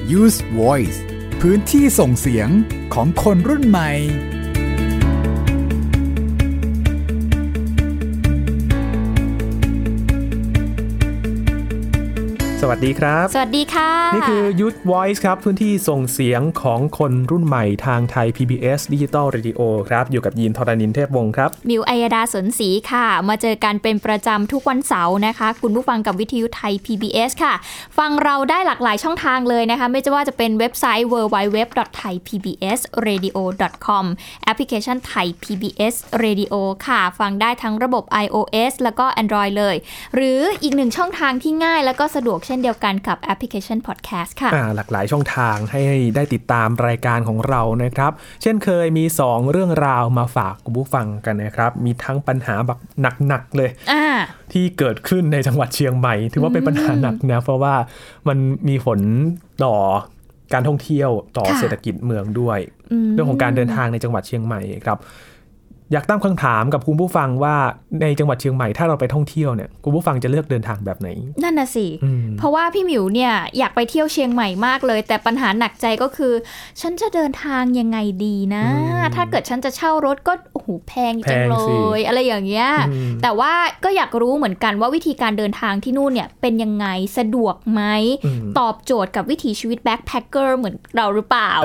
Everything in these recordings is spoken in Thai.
Use Voice พื้นที่ส่งเสียงของคนรุ่นใหม่สวัสดีครับสวัสดีค่ะนี่คือ Youth Voice ครับพื้นที่ส่งเสียงของคนรุ่นใหม่ทางไทย PBS Digital Radio ครับอยู่กับยีน ธรณินทร์ เทพวงศ์ครับมิว อัยดา สนศรีค่ะมาเจอกันเป็นประจำทุกวันเสาร์นะคะคุณผู้ฟังกับวิทยุไทย PBS ค่ะฟังเราได้หลากหลายช่องทางเลยนะคะไม่ว่าจะเป็นเว็บไซต์ www.thaipbsradio.com แอปพลิเคชัน Thai PBS Radio ค่ะฟังได้ทั้งระบบ iOS แล้วก็ Android เลยหรืออีกหนึ่งช่องทางที่ง่ายแล้วก็สะดวกเช่นเดียวกันกับแอปพลิเคชัน Podcast ค่ะหลากหลายช่องทางให้ได้ติดตามรายการของเรานะครับเช่นเคยมี2เรื่องราวมาฝากคุณผู้ฟังกันนะครับมีทั้งปัญหาแบบหนักๆเลยที่เกิดขึ้นในจังหวัดเชียงใหม่ถือว่าเป็นปัญหาหนักนะเพราะว่ามันมีผลต่อการท่องเที่ยวต่อเศรษฐกิจเมืองด้วยเรื่องของการเดินทางในจังหวัดเชียงใหม่ครับอยากตั้งคำถามกับคุณผู้ฟังว่าในจังหวัดเชียงใหม่ถ้าเราไปท่องเที่ยวเนี่ยคุณผู้ฟังจะเลือกเดินทางแบบไหนนั่นน่ะสิเพราะว่าพี่หมิวเนี่ยอยากไปเที่ยวเชียงใหม่มากเลยแต่ปัญหาหนักใจก็คือฉันจะเดินทางยังไงดีนะถ้าเกิดฉันจะเช่ารถก็โอ้โหแพงจังเลยอะไรอย่างเงี้ยแต่ว่าก็อยากรู้เหมือนกันว่าวิธีการเดินทางที่นู่นเนี่ยเป็นยังไงสะดวกไหมตอบโจทย์กับวิถีชีวิตแบ็คแพคเกอร์เหมือนเราหรือเปล่า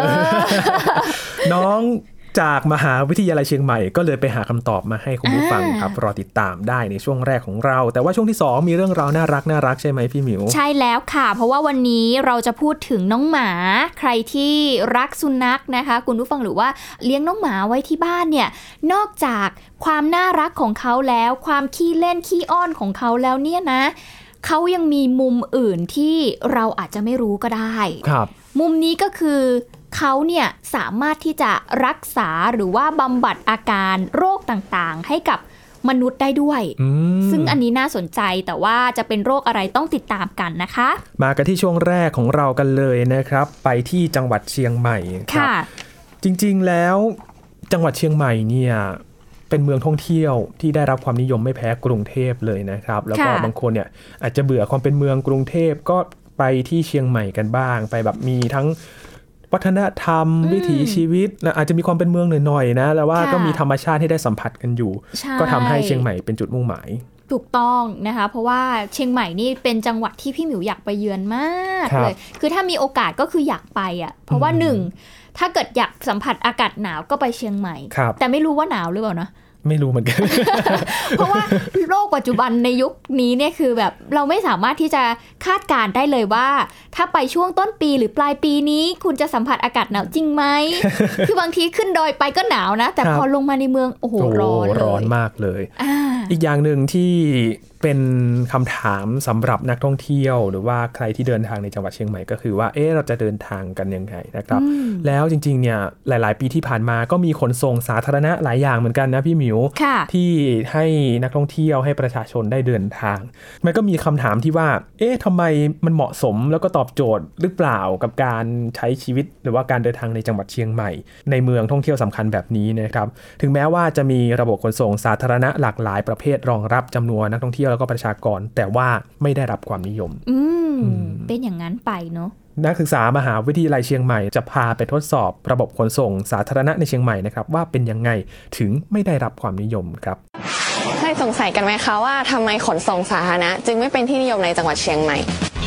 น้องจากมหาวิทยาลัยเชียงใหม่ก็เลยไปหาคำตอบมาให้คุณผู้ฟังครับรอติดตามได้ในช่วงแรกของเราแต่ว่าช่วงที่2มีเรื่องราวน่ารักใช่ไหมพี่หมิวใช่แล้วค่ะเพราะว่าวันนี้เราจะพูดถึงน้องหมาใครที่รักสุนัขนะคะคุณผู้ฟังหรือว่าเลี้ยงน้องหมาไว้ที่บ้านเนี่ยนอกจากความน่ารักของเขาแล้วความขี้เล่นขี้อ้อนของเขาแล้วเนี่ยนะเขายังมีมุมอื่นที่เราอาจจะไม่รู้ก็ได้ครับมุมนี้ก็คือเขาเนี่ยสามารถที่จะรักษาหรือว่าบำบัดอาการโรคต่างๆให้กับมนุษย์ได้ด้วยซึ่งอันนี้น่าสนใจแต่ว่าจะเป็นโรคอะไรต้องติดตามกันนะคะมากันที่ช่วงแรกของเรากันเลยนะครับไปที่จังหวัดเชียงใหม่ครับจริงๆแล้วจังหวัดเชียงใหม่เนี่ยเป็นเมืองท่องเที่ยวที่ได้รับความนิยมไม่แพ้กรุงเทพเลยนะครับแล้วก็บางคนเนี่ยอาจจะเบื่อความเป็นเมืองกรุงเทพก็ไปที่เชียงใหม่กันบ้างไปแบบมีทั้งวัฒนธรรมวิถีชีวิตอาจจะมีความเป็นเมืองหน่อยๆนะแล้วว่าก็มีธรรมชาติที่ได้สัมผัสกันอยู่ก็ทำให้เชียงใหม่เป็นจุดมุ่งหมายถูกต้องนะคะเพราะว่าเชียงใหม่นี่เป็นจังหวัดที่พี่หมิวอยากไปเยือนมากเลยคือถ้ามีโอกาสก็คืออยากไปอ่ะเพราะว่า1ถ้าเกิดอยากสัมผัสอากาศหนาวก็ไปเชียงใหม่แต่ไม่รู้ว่าหนาวหรือเปล่านะไม่รู้เหมือนกันเพราะว่าโลกปัจจุบันในยุคนี้เนี่ยคือแบบเราไม่สามารถที่จะคาดการได้เลยว่าถ้าไปช่วงต้นปีหรือปลายปีนี้คุณจะสัมผัสอากาศหนาวจริงไหม คือบางทีขึ้นดอยไปก็หนาวนะแต่พอลงมาในเมืองโอ้โหร้อนมากเลยอีกอย่างหนึ่งที่เป็นคำถามสำหรับนักท่องเที่ยวหรือว่าใครที่เดินทางในจังหวัดเชียงใหม่ก็คือว่าเราจะเดินทางกันยังไงนะครับแล้วจริงๆเนี่ยหลายๆปีที่ผ่านมาก็มีขนส่งสาธารณะหลายอย่างเหมือนกันนะพี่หมิวที่ให้นักท่องเที่ยวให้ประชาชนได้เดินทางมันก็มีคำถามที่ว่าทำไมมันเหมาะสมแล้วก็ตอบโจทย์หรือเปล่ากับการใช้ชีวิตหรือว่าการเดินทางในจังหวัดเชียงใหม่ในเมืองท่องเที่ยวสำคัญแบบนี้นะครับถึงแม้ว่าจะมีระบบขนส่งสาธารณะหลากหลายประเภทรองรับจำนวนนักท่องเที่ยวแล้วก็ประชากรแต่ว่าไม่ได้รับความนิยมเป็นอย่างนั้นไปเนาะนักศึกษามหาวิทยาลัยเชียงใหม่จะพาไปทดสอบระบบขนส่งสาธารณะในเชียงใหม่นะครับว่าเป็นยังไงถึงไม่ได้รับความนิยมครับเคยสงสัยกันไหมคะว่าทำไมขนส่งสาธารณะจึงไม่เป็นที่นิยมในจังหวัดเชียงใหม่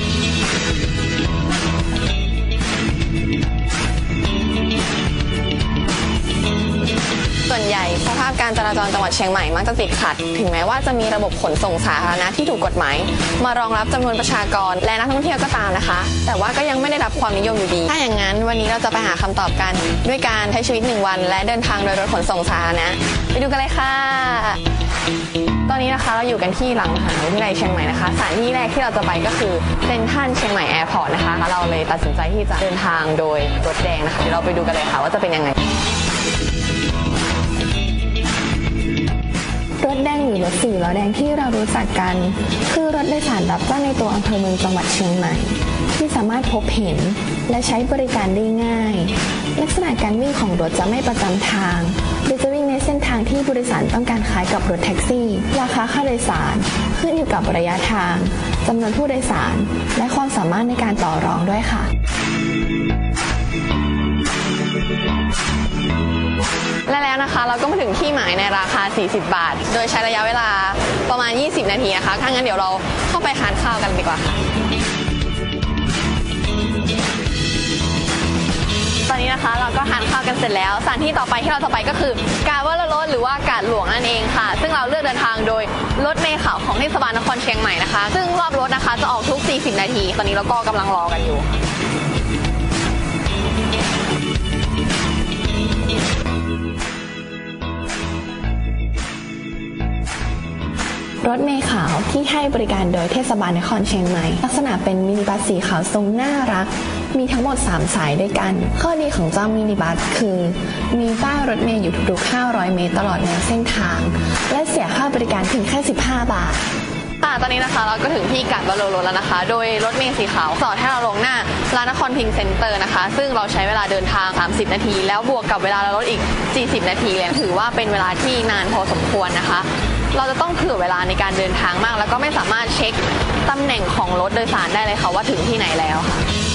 ส่วนใหญ่สภาพการจราจรจังหวัดเชียงใหม่มักจะติดขัดถึงแม้ว่าจะมีระบบขนส่งสาธารณะที่ถูกกฎหมายมารองรับจำนวนประชากรและนักท่องเที่ยวก็ตามนะคะแต่ว่าก็ยังไม่ได้รับความนิยมอยู่ดีถ้าอย่างนั้นวันนี้เราจะไปหาคำตอบกันด้วยการใช้ชีวิต1วันและเดินทางโดยรถขนส่งสาธารณะไปดูกันเลยค่ะตอนนี้นะคะเราอยู่กันที่หลังมหาวิทยาลัยเชียงใหม่นะคะสถานที่แรกที่เราจะไปก็คือเซ็นทรัลเชียงใหม่แอร์พอร์ตนะคะเราเลยตัดสินใจที่จะเดินทางโดยรถแดงนะคะเดี๋ยวเราไปดูกันเลยค่ะว่าจะเป็นยังไงรถแดงหรือรถ4ล้อแดงที่เรารู้จักกันคือรถโดยสารรับจ้างในตัวอำเภอเมืองจังหวัดเชียงใหม่ที่สามารถพบเห็นและใช้บริการได้ง่ายลักษณะการวิ่งของรถจะไม่ประจำทางโดยจะวิ่งในเส้นทางที่ผู้โดยสารต้องการคล้ายกับรถแท็กซี่ราคาค่าโดยสารขึ้นอยู่กับระยะทางจำนวนผู้โดยสารและความสามารถในการต่อรองด้วยค่ะและแล้วนะคะเราก็มาถึงที่หมายในราคา40 บาทโดยใช้ระยะเวลาประมาณ20 นาทีนะคะถ้างั้นเดี๋ยวเราเข้าไปทานข้าวกันดีกว่าค่ะตอนนี้นะคะเราก็ทานข้าวกันเสร็จแล้วสถานที่ต่อไปที่เราจะไปก็คือกาดวรรถหรือว่ากาดหลวงนั่นเองค่ะซึ่งเราเลือกเดินทางโดยรถเมล์ขาวของเทศบาลนครเชียงใหม่นะคะซึ่งรอบรถนะคะจะออกทุก40 นาทีตอนนี้เราก็กำลังรอกันอยู่รถเมล์ขาวที่ให้บริการโดยเทศบาลนครเชียงใหม่ลักษณะเป็นมินิบัสสีขาวทรงน่ารักมีทั้งหมด3สายด้วยกันข้อดีของเจ้ามินิบัสคือมีป้ายรถเมล์อยู่ทุกๆ500 เมตรตลอดแนวเส้นทางและเสียค่าบริการเพียงแค่15 บาทตอนนี้นะคะเราก็ถึงที่กาดวรรถแล้วนะคะโดยรถเมล์สีขาวจอดให้เราลงหน้าร้านนครพิงค์เซ็นเตอร์นะคะซึ่งเราใช้เวลาเดินทาง30 นาทีแล้วบวกกับเวลารถอีก40 นาทีเลยถือว่าเป็นเวลาที่นานพอสมควรนะคะเราจะต้องเผื่อเวลาในการเดินทางมากแล้วก็ไม่สามารถเช็คตำแหน่งของรถโดยสารได้เลยค่ะว่าถึงที่ไหนแล้วค่ะ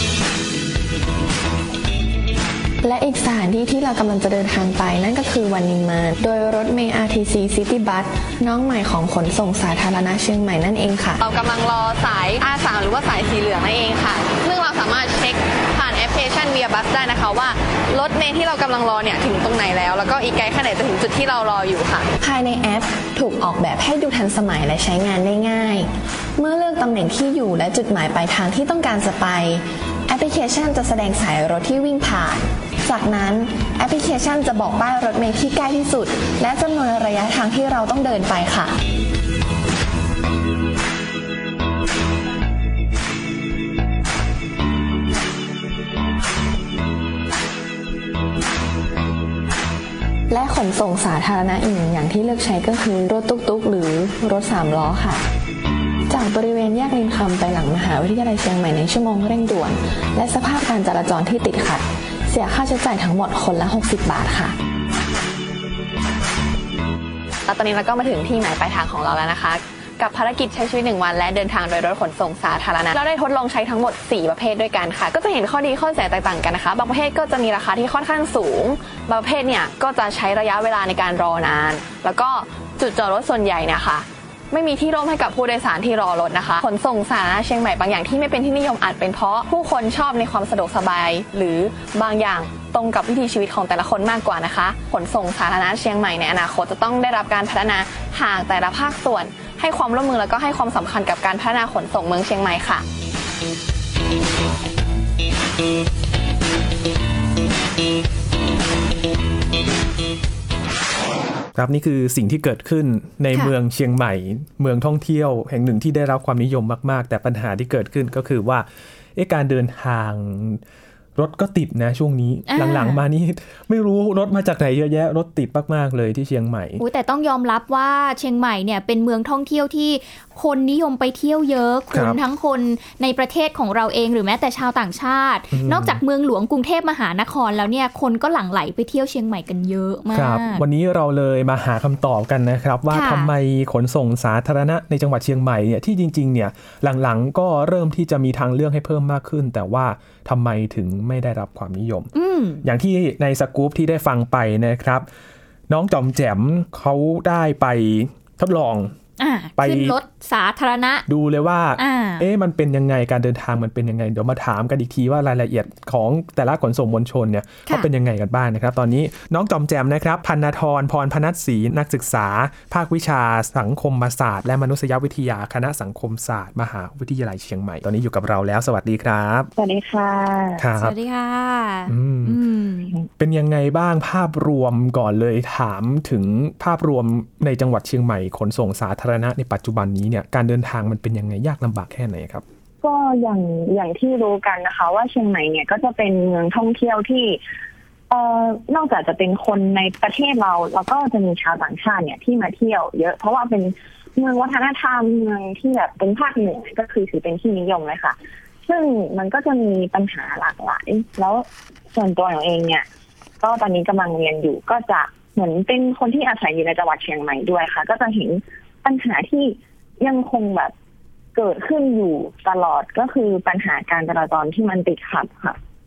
และอีกสถานที่ที่เรากำลังจะเดินทางไปนั่นก็คือวันนิมมานโดยรถเมล์ RTC City Bus น้องใหม่ของขนส่งสาธารณะเชียงใหม่นั่นเองค่ะเรากำลังรอสาย R3 หรือว่าสายสีเหลืองนั่นเองค่ะซึ่งเราสามารถเช็คผ่านแอปพลิเคชัน Via Bus ได้นะคะว่ารถเมล์ที่เรากำลังรอเนี่ยถึงตรงไหนแล้วแล้วก็อีกไกลแค่ไหนจะถึงจุดที่เรารออยู่ค่ะภายในแอปถูกออกแบบให้ดูทันสมัยและใช้งานได้ง่ายเมื่อเลือกตำแหน่งที่อยู่และจุดหมายปลายทางที่ต้องการจะไปแอปพลิเคชันจะแสดงสายรถที่วิ่งผ่านจากนั้นแอปพลิเคชันจะบอกป้ายรถเมล์ที่ใกล้ที่สุดและจำนวนระยะทางที่เราต้องเดินไปค่ะและขนส่งสาธารณะอีกอย่างที่เลือกใช้ก็คือรถตุ๊กๆหรือรถ3 ล้อค่ะจากบริเวณแยกรินคำไปหลังมหาวิทยาลัยเชียงใหม่ในชั่วโมงเร่งด่วนและสภาพการจราจรที่ติดขัดเสียค่าใช้จ่ายทั้งหมดคนละ60 บาทค่ะตอนนี้เราก็มาถึงที่หมายปลายทางของเราแล้วนะคะกับภารกิจใช้ชีวิต1 วันและเดินทางโดยรถขนส่งสาธารณะเราได้ทดลองใช้ทั้งหมด4 ประเภทด้วยกันค่ะก็จะเห็นข้อดีข้อเสียแตกต่างกันนะคะบางประเภทก็จะมีราคาที่ค่อนข้างสูงบางประเภทเนี่ยก็จะใช้ระยะเวลาในการรอนานแล้วก็จุดจอดรถส่วนใหญ่เนี่ยค่ะไม่มีที่ร่มให้กับผู้โดยสารที่รอรถนะคะขนส่งสาธารณะเชียงใหม่บางอย่างที่ไม่เป็นที่นิยมอาจเป็นเพราะผู้คนชอบในความสะดวกสบายหรือบางอย่างตรงกับวิถีชีวิตของแต่ละคนมากกว่านะคะขนส่งสาธารณะเชียงใหม่ในอนาคตจะต้องได้รับการพัฒนาหากแต่ละภาคส่วนให้ความร่วมมือแล้วก็ให้ความสำคัญกับการพัฒนาขนส่งเมืองเชียงใหม่ค่ะครับนี่คือสิ่งที่เกิดขึ้นในเมืองเชียงใหม่เมืองท่องเที่ยวแห่งหนึ่งที่ได้รับความนิยมมากๆแต่ปัญหาที่เกิดขึ้นก็คือว่าการเดินทางรถก็ติดนะช่วงนี้หลังๆมานี่ไม่รู้รถมาจากไหนเยอะแยะรถติดมากๆเลยที่เชียงใหม่แต่ต้องยอมรับว่าเชียงใหม่เนี่ยเป็นเมืองท่องเที่ยวที่คนนิยมไปเที่ยวเยอะคุณทั้งคนในประเทศของเราเองหรือแม้แต่ชาวต่างชาตินอกจากเมืองหลวงกรุงเทพมหานครแล้วเนี่ยคนก็หลั่งไหลไปเที่ยวเชียงใหม่กันเยอะมากวันนี้เราเลยมาหาคำตอบกันนะครับว่าทำไมขนส่งสาธารณะในจังหวัดเชียงใหม่เนี่ยที่จริงๆเนี่ยหลังๆก็เริ่มที่จะมีทางเลือกให้เพิ่มมากขึ้นแต่ว่าทำไมถึงไม่ได้รับความนิยมอย่างที่ในสกู๊ปที่ได้ฟังไปนะครับน้องจอมแจ๋มเขาได้ไปทดลองไปขึ้นรถสาธารณะดูเลยว่ามันเป็นยังไงการเดินทางมันเป็นยังไงเดี๋ยวมาถามกันอีกทีว่ารายละเอียดของแต่ละขนส่งมวลชนเนี่ยเขาเป็นยังไงกันบ้างนะครับตอนนี้น้องจอมแจมนะครับพรรณธรพรพนัสศรีนักศึกษาภาควิชาสังคมศาสตร์และมนุษยวิทยาคณะสังคมศาสตร์มหาวิทยาลัยเชียงใหม่ตอนนี้อยู่กับเราแล้วสวัสดีครับสวัสดีค่ะสวัสดีค่ะเป็นยังไงบ้างภาพรวมก่อนเลยถามถึงภาพรวมในจังหวัดเชียงใหม่ขนส่งสาธารณะในปัจจุบันนี้เนี่ยการเดินทางมันเป็นยังไงยากลำบากแค่ไหนครับก็อย่างที่รู้กันนะคะว่าเชียงใหม่เนี่ยก็จะเป็นเมืองท่องเที่ยวที่นอกจากจะเป็นคนในประเทศเราแล้วก็จะมีชาวต่างชาติเนี่ยที่มาเที่ยวเยอะเพราะว่าเป็นเมืองวัฒนธรรมเมืองที่แบบเป็นภาคเหนือก็คือถือเป็นที่นิยมเลยค่ะซึ่งมันก็จะมีปัญหาหลากหลายแล้วส่วนตัวของเองเนี่ยก็ตอนนี้กำลังเรียนอยู่ก็จะเหมือนเป็นคนที่อาศัยอยู่ในจังหวัดเชียงใหม่ด้วยค่ะก็จะเห็นปัญหาที่ยังคงแบบเกิดขึ้นอยู่ตลอดก็คือปัญหาการจราจรที่มันติดขัดค่ะ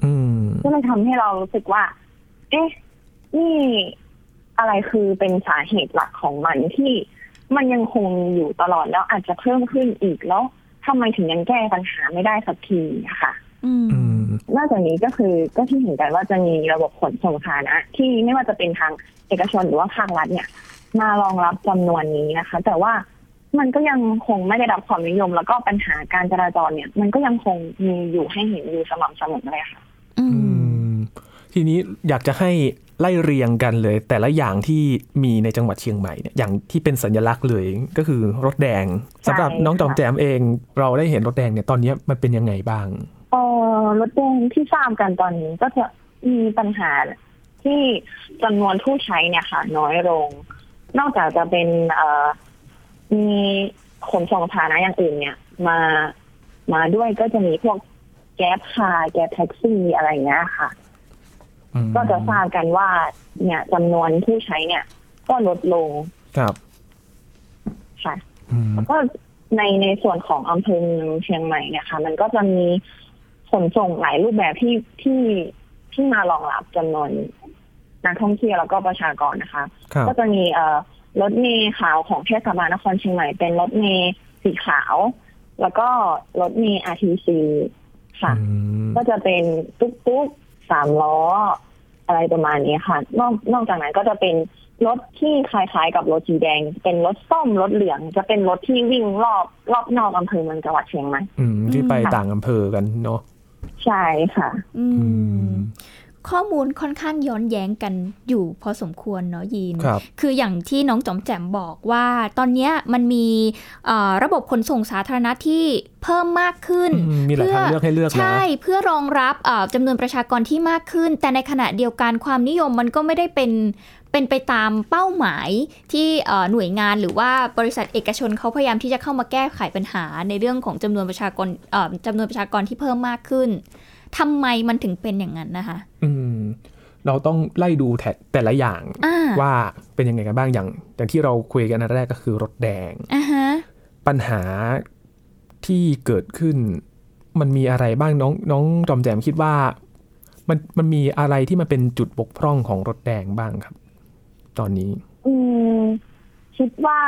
ก็เลยทำให้เรารู้สึกว่าเอ๊ะนี่อะไรคือเป็นสาเหตุหลักของมันที่มันยังคงอยู่ตลอดแล้วอาจจะเพิ่มขึ้นอีกแล้วทำไมถึงยังแก้ปัญหาไม่ได้สักทีนะคะนอกจากนี้ก็คือก็ที่เห็นกันว่าจะมีระบบขนส่งสาธารณะที่ไม่ว่าจะเป็นทางเอกชนหรือว่าภาครัฐเนี่ยมารองรับจำนวนนี้นะคะแต่ว่ามันก็ยังคงไม่ได้รับความนิยมแล้วก็ปัญหาการจราจรเนี่ยมันก็ยังคงมีอยู่ให้เห็นอยู่สม่ำเสมอเลยค่ะทีนี้อยากจะให้ไล่เรียงกันเลยแต่ละอย่างที่มีในจังหวัดเชียงใหม่เนี่ยอย่างที่เป็นสัญลักษณ์เลยก็คือรถแดงสำหรับน้องจอมแจมเองเราได้เห็นรถแดงเนี่ยตอนนี้มันเป็นยังไงบ้างรถแดงที่ทราบกันตอนนี้ก็จะมีปัญหาที่จำนวนผู้ใช้เนี่ยค่ะน้อยลงนอกจากจะเป็นมีขนส่งสาธารณะอย่างอื่นเนี่ยมาด้วยก็จะมีพวกแก๊ปคาร์แก๊ปแท็กซี่อะไรเงี้ยค่ะก็จะทราบกันว่าเนี่ยจำนวนผู้ใช้เนี่ยก็ลดลงครับค่ะแล้วก็ในส่วนของอำเภอเมืองเชียงใหม่เนี่ยค่ะมันก็จะมีขนส่งหลายรูปแบบที่มารองรับจำนวนนักท่องเที่ยวแล้วก็ประชากรนะคะก็จะมีรถเมล์ขาวของเทศบาลนครเชียงใหม่เป็นรถเมล์สีขาวแล้วก็รถเมล์ RTC ค่ะก็จะเป็นตุ๊ก3ล้ออะไรประมาณนี้ค่ะนอกจากนั้นก็จะเป็นรถที่คล้ายๆกับรถสีแดงเป็นรถส้มรถเหลืองจะเป็นรถที่วิ่งรอบนอกอำเภอเมืองจังหวัดเชียงใหม่ที่ไปต่างอำเภอกันเนาะใช่ค่ะข้อมูลค่อนข้างย้อนแย้งกันอยู่พอสมควรเนาะยีน คืออย่างที่น้องจอมแจ่มบอกว่าตอนนี้มันมีระบบขนส่งสาธารณะที่เพิ่มมากขึ้นมีหลายทางเลือกให้เลือกใช่เพื่อรองรับจำนวนประชากรที่มากขึ้นแต่ในขณะเดียวกันความนิยมมันก็ไม่ได้เป็นไปตามเป้าหมายที่หน่วยงานหรือว่าบริษัทเอกชนเขาพยายามที่จะเข้ามาแก้ไขปัญหาในเรื่องของจำนวนประชากรที่เพิ่มมากขึ้นทำไมมันถึงเป็นอย่างนั้นนะคะเราต้องไล่ดูแต่ละอย่างว่าเป็นยังไงกันบ้างอย่างที่เราคุยกันแรกก็คือรถแดงปัญหาที่เกิดขึ้นมันมีอะไรบ้างน้องจอมแจมคิดว่ามันมีอะไรที่มันเป็นจุดบกพร่องของรถแดงบ้างครับตอนนี้คิดว่า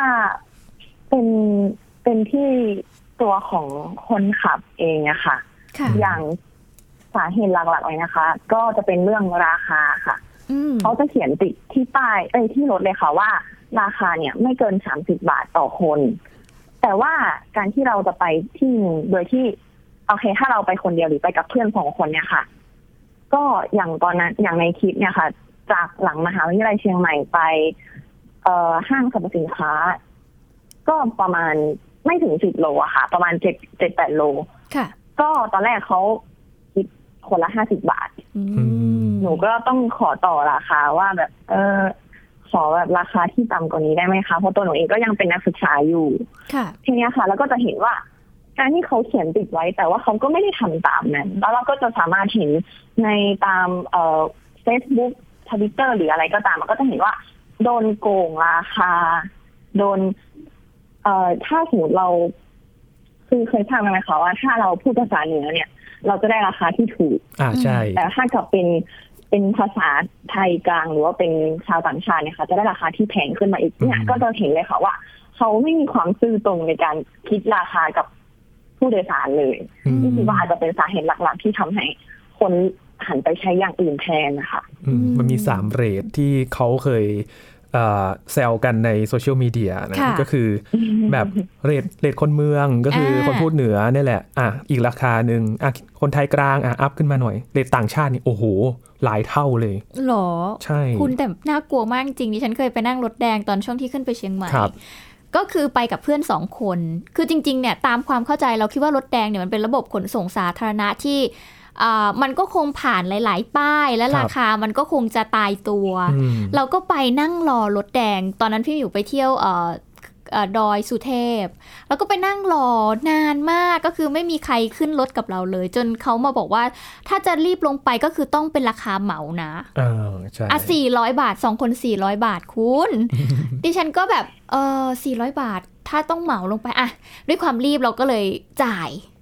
เป็นที่ตัวของคนขับเองอะค่ะอย่างสาเหตุหลักๆเลยนะคะก็จะเป็นเรื่องราคาค่ะเขาจะเขียนติดที่ป้ายที่รถเลยค่ะว่าราคาเนี่ยไม่เกิน30 บาทต่อคนแต่ว่าการที่เราจะไปที่โดยที่โอเคถ้าเราไปคนเดียวหรือไปกับเพื่อน2 คนเนี่ยค่ะก็อย่างตอนนั้นอย่างในคลิปเนี่ยค่ะจากหลังมหาวิทยาลัยเชียงใหม่ไปห้างสรรพสินค้าก็ประมาณไม่ถึง10 โลอะค่ะประมาณ7-8 โลค่ะก็ตอนแรกเขาคิดคนละ50 บาทหนูก็ต้องขอต่อราคาว่าแบบขอแบบราคาที่ต่ำกว่านี้ได้ไหมคะเพราะตัวหนูเองก็ยังเป็นนักศึกษาอยู่ทีนี้ค่ะแล้วก็จะเห็นว่าการที่เขาเขียนติดไว้แต่ว่าเขาก็ไม่ได้ทำตามนั้นแล้วเราก็จะสามารถเห็นในตามFacebook Twitter หรืออะไรก็ตามมันก็จะเห็นว่าโดนโกงราคาโดนถ้าสมมติเราคือเคยทราบไหมคะว่าถ้าเราพูดภาษาเหนือเนี่ยเราจะได้ราคาที่ถูกใช่แต่ถ้ากับเป็นภาษาไทยกลางหรือว่าเป็นชาวต่างชาติเนี่ยค่ะจะได้ราคาที่แพงขึ้นมาอีกเนี่ยก็จะเห็นเลยค่ะว่าเขาไม่มีความซื่อตรงในการคิดราคากับผู้โดยสารเลยนี่คือว่าอาจจะเป็นสาเหตุหลักๆที่ทำให้คนหันไปใช้อย่างอื่นแทนนะคะมันมี3 เรทที่เขาเคยแซวกันในโซเชียลมีเดียนะก็คือแบบเรทคนเมืองก็คือคนพูดเหนือนี่แหละอีกราคาหนึ่งคนไทยกลางอัพขึ้นมาหน่อยเรทต่างชาตินี่โอ้โหหลายเท่าเลยหรอใช่คุณแต่น่ากลัวมากจริงดิฉันเคยไปนั่งรถแดงตอนช่วงที่ขึ้นไปเชียงใหม่ก็คือไปกับเพื่อน2 คนคือจริงๆเนี่ยตามความเข้าใจเราคิดว่ารถแดงเนี่ยมันเป็นระบบขนส่งสาธารณะที่มันก็คงผ่านหลายๆป้ายและราคามันก็คงจะตายตัวเราก็ไปนั่งรอรถแดงตอนนั้นพี่อยู่ไปเที่ยวดอยสุเทพแล้วก็ไปนั่งรอนานมากก็คือไม่มีใครขึ้นรถกับเราเลยจนเขามาบอกว่าถ้าจะรีบลงไปก็คือต้องเป็นราคาเหมานะใช่ 400 บาท2 คน400 บาทคุณ ดิฉันก็แบบ400 บาทถ้าต้องเหมาลงไปด้วยความรีบเราก็เลยจ่าย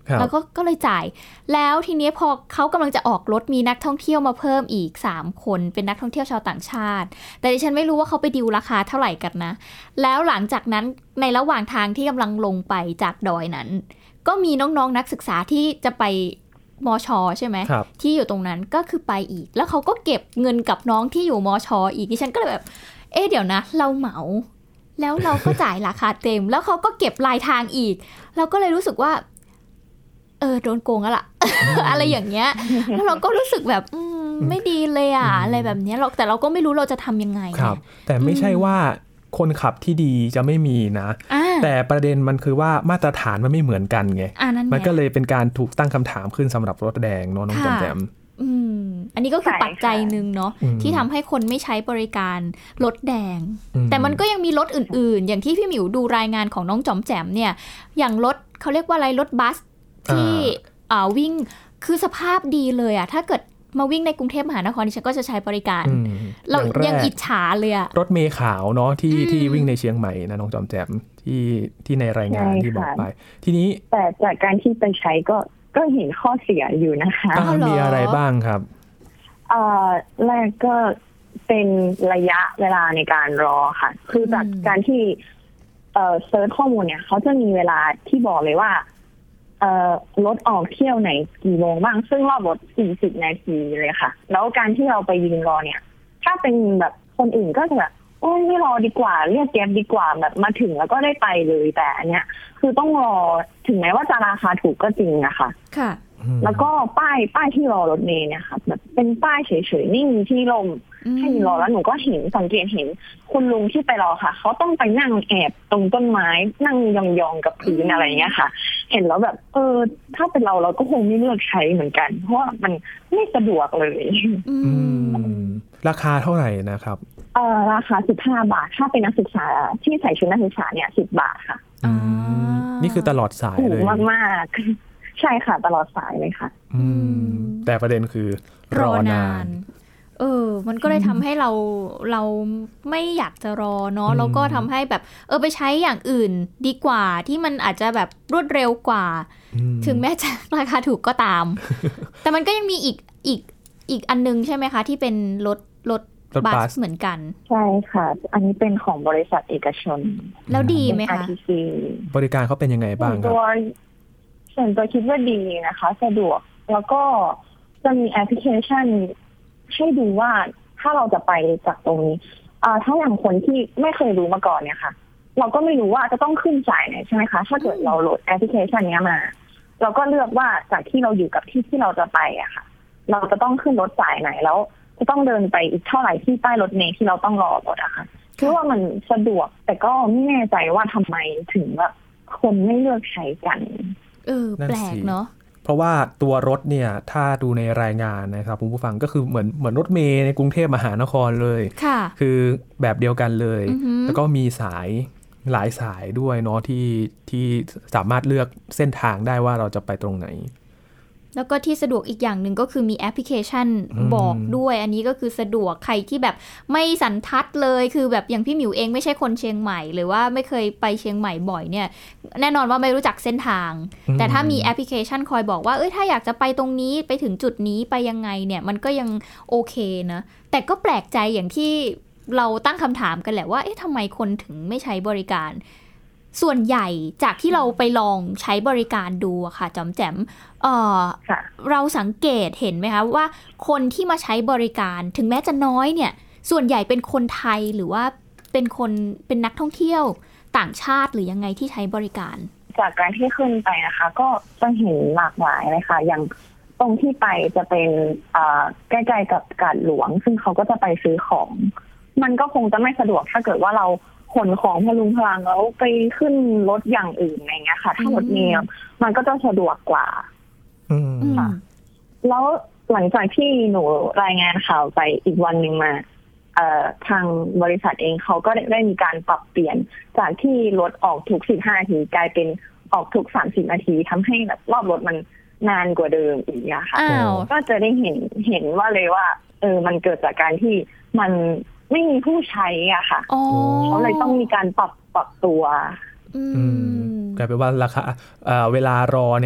แล้วก็เลยจ่ายแล้วทีนี้พอเขากำลังจะออกรถมีนักท่องเที่ยวมาเพิ่มอีก3คนเป็นนักท่องเที่ยวชาวต่างชาติแต่ดิฉันไม่รู้ว่าเขาไปดีลราคาเท่าไหร่กันนะแล้วหลังจากนั้นในระหว่างทางที่กำลังลงไปจากดอยนั้นก็มีน้องๆนักศึกษาที่จะไปมช.ใช่ไหมที่อยู่ตรงนั้นก็คือไปอีกแล้วเขาก็เก็บเงินกับน้องที่อยู่มช.อีกดิฉันก็เลยแบบเดี๋ยวนะเราเหมาแล้วเราก็จ่ายราคาเต็มแล้วเขาก็เก็บรายทางอีกเราก็เลยรู้สึกว่าโดนโกงแล้วล่ะ อะไรอย่างเงี้ยแล้วเราก็รู้สึกแบบไม่ดีเลยอะไรแบบนี้แต่เราก็ไม่รู้เราจะทำยังไงครับแต่ไม่ใช่ว่าคนขับที่ดีจะไม่มีนะแต่ประเด็นมันคือว่ามาตรฐานมันไม่เหมือนกันไงมันก็เลยเป็นการถูกตั้งคำถามขึ้นสำหรับรถแดงเนาะน้องแจมอันนี้ก็คือปัจจัยนึงเนาะที่ทำให้คนไม่ใช้บริการรถแดงแต่มันก็ยังมีรถอื่นๆอย่างที่พี่หมิวดูรายงานของน้องจอมแจมเนี่ยอย่างรถเขาเรียกว่าอะไรรถบัสที่วิ่งคือสภาพดีเลยถ้าเกิดมาวิ่งในกรุงเทพมหานครดิฉันก็จะใช้บริการเรายังอิจฉาเลยรถเมล์ขาวเนาะที่วิ่งในเชียงใหม่นะน้องจอมแจมที่ในรายงานที่บอกไปทีนี้แต่จากการที่ไปใช้ก็เห็นข้อเสียอยู่นะคะมีอะไรบ้างครับแรกก็เป็นระยะเวลาในการรอค่ะคือจากการที่เซิร์ชข้อมูลเนี่ยเขาจะมีเวลาที่บอกเลยว่ารถออกเที่ยวไหนกี่โมงบ้างซึ่งรอบรถ40 นาทีเลยค่ะแล้วการที่เราไปยืนรอเนี่ยถ้าเป็นแบบคนอื่นก็จะแบบโอ้ยไม่รอดีกว่าเรียกแก๊ปดีกว่าแบบมาถึงแล้วก็ได้ไปเลยแต่อันเนี้ยคือต้องรอถึงแม้ว่าจะราคาถูกก็จริงนะคะค่ะแล้วก็ป้ายที่รอรถเมล์เนี่ยค่ะแบบเป็นป้ายเฉยๆไม่มีที่ลมให้รอแล้วหนูก็เห็นสังเกตเห็นคุณลุงที่ไปรอค่ะเขาต้องไปนั่งแอบตรงต้นไม้นั่งยองๆกับพื้นอะไรเงี้ยค่ะเห็นแล้วแบบถ้าเป็นเราก็คงไม่เลือกใช้เหมือนกันเพราะว่ามันไม่สะดวกเลยราคาเท่าไหร่นะครับราคา15 บาทถ้าเป็นนักศึกษาที่ใส่ชุดนักศึกษาเนี่ย10 บาทค่ะนี่คือตลอดสายเลยมากๆใช่ค่ะตลอดสายเลยค่ะแต่ประเด็นคือรอนานมันก็เลยทำให้เราไม่อยากจะรอเนาะแล้วก็ทำให้แบบไปใช้อย่างอื่นดีกว่าที่มันอาจจะแบบรวดเร็วกว่าถึงแม้จะราคาถูกก็ตาม แต่มันก็ยังมีอีกอันนึงใช่ไหมคะที่เป็นรถบัสเหมือนกันใช่ค่ะอันนี้เป็นของบริษัทเอกชนแล้วดีไหมคะบริการเขาเป็นยังไงบ้างครับส่วนตัวคิดว่าดีนะคะสะดวกแล้วก็จะมีแอปพลิเคชันให้ดูว่าถ้าเราจะไปจากตรงนี้ถ้าอย่างคนที่ไม่เคยรู้มาก่อนเนี่ยค่ะเราก็ไม่รู้ว่าจะต้องขึ้นสายไหนใช่ไหมคะถ้าเกิดเราโหลดแอปพลิเคชันนี้มาเราก็เลือกว่าจากที่เราอยู่กับที่เราจะไปอะค่ะเราจะต้องขึ้นรถสายไหนแล้วจะต้องเดินไปอีกเท่าไหร่ที่ป้ายรถเมล์ที่เราต้องรอรถอะค่ะคือว่ามันสะดวกแต่ก็ไม่แน่ใจว่าทำไมถึงแบบคนไม่เลือกใช้กันแปลกเนาะเพราะว่าตัวรถเนี่ยถ้าดูในรายงานนะครับคุณผู้ฟังก็คือเหมือนรถเมล์ในกรุงเทพมหานครเลยคือแบบเดียวกันเลยแล้วก็มีสายหลายสายด้วยเนาะที่สามารถเลือกเส้นทางได้ว่าเราจะไปตรงไหนแล้วก็ที่สะดวกอีกอย่างหนึ่งก็คือมีแอปพลิเคชันบอกด้วยอันนี้ก็คือสะดวกใครที่แบบไม่สันทัดเลยคือแบบอย่างพี่หมิวเองไม่ใช่คนเชียงใหม่หรือว่าไม่เคยไปเชียงใหม่บ่อยเนี่ยแน่นอนว่าไม่รู้จักเส้นทางแต่ถ้ามีแอปพลิเคชันคอยบอกว่าถ้าอยากจะไปตรงนี้ไปถึงจุดนี้ไปยังไงเนี่ยมันก็ยังโอเคนะแต่ก็แปลกใจอย่างที่เราตั้งคำถามกันแหละว่าทำไมคนถึงไม่ใช้บริการส่วนใหญ่จากที่เราไปลองใช้บริการดูอะค่ะจอมแจมเราสังเกตเห็นไหมคะว่าคนที่มาใช้บริการถึงแม้จะน้อยเนี่ยส่วนใหญ่เป็นคนไทยหรือว่าเป็นนักท่องเที่ยวต่างชาติหรือยังไงที่ใช้บริการจากการที่ขึ้นไปนะคะก็จะเห็นหลากหลายเลยค่ะอย่างตรงที่ไปจะเป็นใกล้ๆกับกาดหลวงซึ่งเขาก็จะไปซื้อของมันก็คงจะไม่สะดวกถ้าเกิดว่าเราขนของพลุงพลังแล้วไปขึ้นรถอย่างอื่นอะไรเงี้ยค่ะถ้ารถเมล์มันก็จะสะดวกกว่าค่ะแล้วหลังจากที่หนูรายงานข่าวไปอีกวันหนึ่งมาทางบริษัทเองเขาก็ได้มีการปรับเปลี่ยนจากที่รถออกทุก15 นาทีกลายเป็นออกทุก30 นาทีทำให้แบบรอบรถมันนานกว่าเดิมอีกอะค่ะก็จะได้เห็นว่าเลยว่ามันเกิดจากการที่มันไม่มีผู้ใช้อ่ะค่ะเขาเลยต้องมีการปรับตัวกลายเป็นว่าราคาเวลารอเนี่ย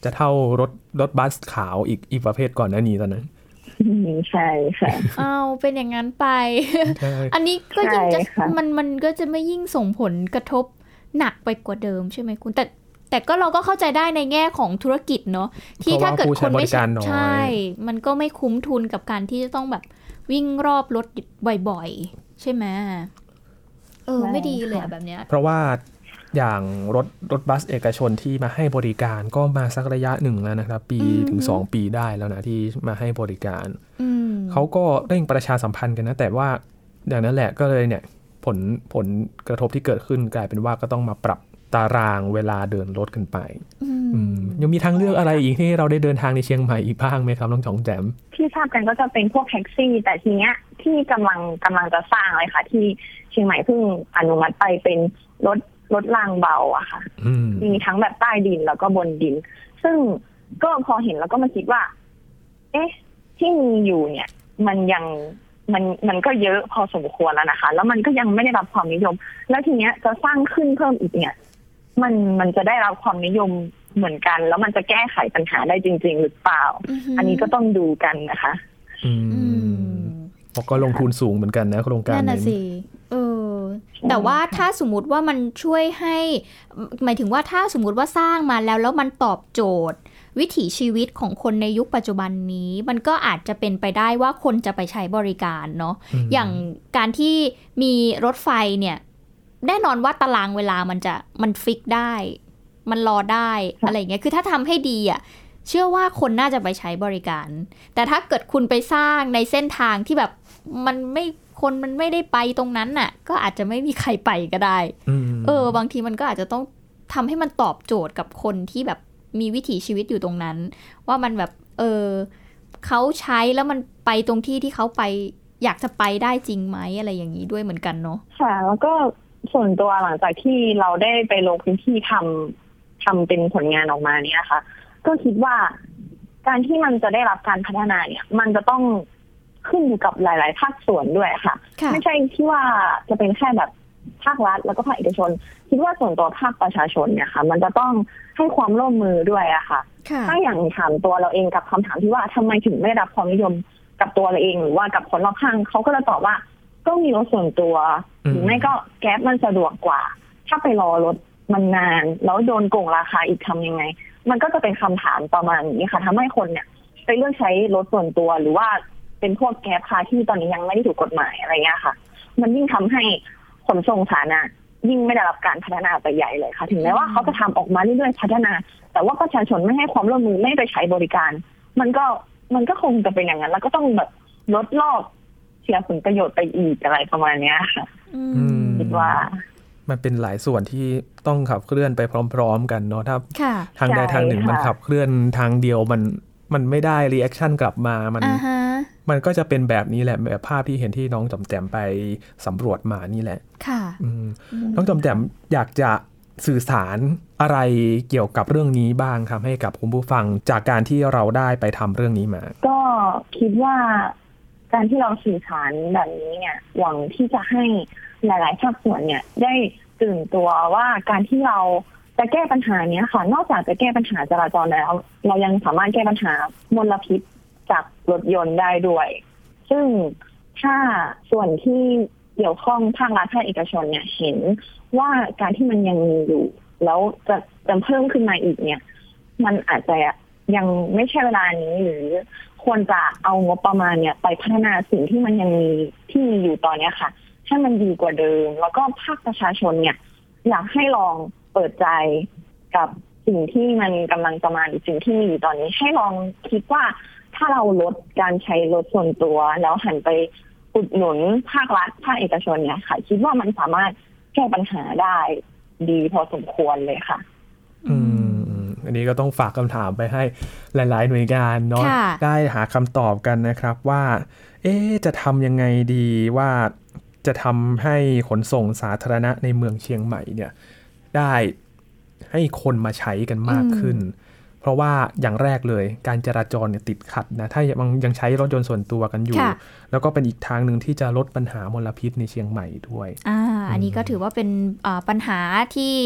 จะเท่ารถบัสขาวอีกประเภทก่อนหน้านี้ตอนนั้นใช่ค่ะเอาเป็นอย่างนั้นไป อันนี้ก็ยิ่งจะมันก็จะไม่ยิ่งส่งผลกระทบหนักไปกว่าเดิมใช่ไหมคุณแต่ก็เราก็เข้าใจได้ในแง่ของธุรกิจเนาะที่ถ้าเกิดคนไม่ใช่มันก็ไม่คุ้มทุนกับการที่จะต้องแบบวิ่งรอบรถบ่อยๆใช่ไหมไม่ดีเลยแบบเนี้ยเพราะว่าอย่างรถบัสเอกชนที่มาให้บริการก็มาสักระยะหนึ่งแล้วนะครับปีถึง2 ปีได้แล้วนะที่มาให้บริการเขาก็เร่งประชาสัมพันธ์กันนะแต่ว่าอย่างนั้นแหละก็เลยเนี่ยผลกระทบที่เกิดขึ้นกลายเป็นว่าก็ต้องมาปรับตารางเวลาเดินรถกันไปยังมีทางเลือกอะไรอีกที่เราได้เดินทางในเชียงใหม่อีกบ้างไหมครับน้องจ๋องแจ๋มที่ทราบกันก็จะเป็นพวกแท็กซี่แต่ทีเนี้ยที่กำลังจะสร้างเลยค่ะที่เชียงใหม่เพิ่งอนุมัติไปเป็นรถรางเบาอะค่ะมีทั้งแบบใต้ดินแล้วก็บนดินซึ่งก็พอเห็นแล้วก็มาคิดว่าที่มีอยู่เนี่ยมันก็เยอะพอสมควรแล้วนะคะแล้วมันก็ยังไม่ได้รับความนิยมแล้วทีเนี้ยจะสร้างขึ้นเพิ่มอีกเนี่ยมันจะได้รับความนิยมเหมือนกันแล้วมันจะแก้ไขปัญหาได้จริงๆหรือเปล่า อันนี้ก็ต้องดูกันนะคะก็ลงทุนสูงเหมือนกันนะโครงการนั่นน่ะสิแต่ว่าถ้าสมมุติว่ามันช่วยให้หมายถึงว่าถ้าสมมุติว่าสร้างมาแล้วมันตอบโจทย์วิถีชีวิตของคนในยุคปัจจุบันนี้มันก็อาจจะเป็นไปได้ว่าคนจะไปใช้บริการเนาะอย่างการที่มีรถไฟเนี่ยแน่นอนว่าตารางเวลามันฟิกได้มันรอได้อะไรอย่างเงี้ยคือถ้าทำให้ดีอ่ะเชื่อว่าคนน่าจะไปใช้บริการแต่ถ้าเกิดคุณไปสร้างในเส้นทางที่แบบคนมันไม่ได้ไปตรงนั้นน่ะก็อาจจะไม่มีใครไปก็ได้บางทีมันก็อาจจะต้องทำให้มันตอบโจทย์กับคนที่แบบมีวิถีชีวิตอยู่ตรงนั้นว่ามันแบบเขาใช้แล้วมันไปตรงที่เขาไปอยากจะไปได้จริงไหมอะไรอย่างนี้ด้วยเหมือนกันเนาะค่ะแล้วก็ส่วนตัวหลังจากที่เราได้ไปลงพื้นที่ทำเป็นผลงานออกมาเนี่ยค่ะก็คิดว่าการที่มันจะได้รับการพัฒนาเนี่ยมันจะต้องขึ้นอยู่กับหลายๆภาคส่วนด้วยค่ะไม่ใช่ที่ว่าจะเป็นแค่แบบภาครัฐแล้วก็ภาคเอกชนคิดว่าส่วนตัวภาคประชาชนเนี่ยค่ะมันจะต้องให้ความร่วมมือด้วยอะค่ะถ้าอย่างถามตัวเราเองกับคำถามที่ว่าทำไมถึงไม่ได้รับความนิยมกับตัวเราเองหรือว่ากับคนรอบข้างเขาก็จะตอบว่าก็มีรถส่วนตัวหรือไม่ก็แก๊ปมันสะดวกกว่าถ้าไปรอรถมันนานแล้วโดนโกงราคาอีกทำยังไงมันก็จะเป็นคำถามประมาณนี้ค่ะทำให้คนเนี่ยไปเลือกใช้รถส่วนตัวหรือว่าเป็นพวกแก๊ปค่ะที่ตอนนี้ยังไม่ได้ถูกกฎหมายอะไรเงี้ยค่ะมันยิ่งทำให้ขนส่งสาธารณะยิ่งไม่ได้รับการพัฒนาไปใหญ่เลยค่ะถึงแม้ว่าเขาจะทำออกมาเรื่อยๆพัฒนาแต่ว่าประชาชนไม่ให้ความร่วมมือไม่ไปใช้บริการมันก็คงจะเป็นอย่างนั้นแล้วก็ต้องแบบลดรอบเสียผลประโยชน์ไปอีกอะไรประมาณนี้ค่ะคิดว่ามันเป็นหลายส่วนที่ต้องขับเคลื่อนไปพร้อมๆกันเนาะถ้าทางใดทางหนึ่งมันขับเคลื่อนทางเดียวมันไม่ได้รีแอคชั่นกลับมามันก็จะเป็นแบบนี้แหละแบบภาพที่เห็นที่น้องจอมแจ่มไปสำรวจมานี่แหละค่ะน้องจอมแจ่มอยากจะสื่อสารอะไรเกี่ยวกับเรื่องนี้บ้างครับให้กับคุณผู้ฟังจากการที่เราได้ไปทำเรื่องนี้มาก็คิดว่าการที่เราสื่อสารแบบนี้เนี่ยหวังที่จะให้หลายๆภาคส่วนเนี่ยได้ตื่นตัวว่าการที่เราจะแก้ปัญหานี้ค่ะนอกจากจะแก้ปัญหาจราจรแล้วเรายังสามารถแก้ปัญหามลพิษจากรถยนต์ได้ด้วยซึ่งถ้าส่วนที่เกี่ยวข้องภาครัฐภาคเอกชนเนี่ยเห็นว่าการที่มันยังมีอยู่แล้วจะเพิ่มขึ้นมาอีกเนี่ยมันอาจจะยังไม่ใช่เวลานี้หรือควรจะเอางบประมาณเนี่ยไปพัฒนาสิ่งที่มันยังมีที่มีอยู่ตอนนี้ค่ะให้มันดีกว่าเดิมแล้วก็ภาคประชาชนเนี่ยอยากให้ลองเปิดใจกับสิ่งที่มันกำลังจะมาหรือสิ่งที่มีอยู่ตอนนี้ให้ลองคิดว่าถ้าเราลดการใช้รถส่วนตัวแล้วหันไปอุดหนุนภาครัฐภาคเอกชนเนี่ยค่ะคิดว่ามันสามารถแก้ปัญหาได้ดีพอสมควรเลยค่ะอันนี้ก็ต้องฝากคำถามไปให้หลายๆหน่วยงานเนาะได้หาคำตอบกันนะครับว่าจะทำยังไงดีว่าจะทำให้ขนส่งสาธารณะในเมืองเชียงใหม่เนี่ยได้ให้คนมาใช้กันมากขึ้นเพราะว่าอย่างแรกเลยการจราจรเนี่ยติดขัดนะถ้ายังใช้รถยนต์ส่วนตัวกันอยู่แล้วก็เป็นอีกทางนึงที่จะลดปัญหามลพิษในเชียงใหม่ด้วยอันนี้ก็ถือว่าเป็นปัญหาที่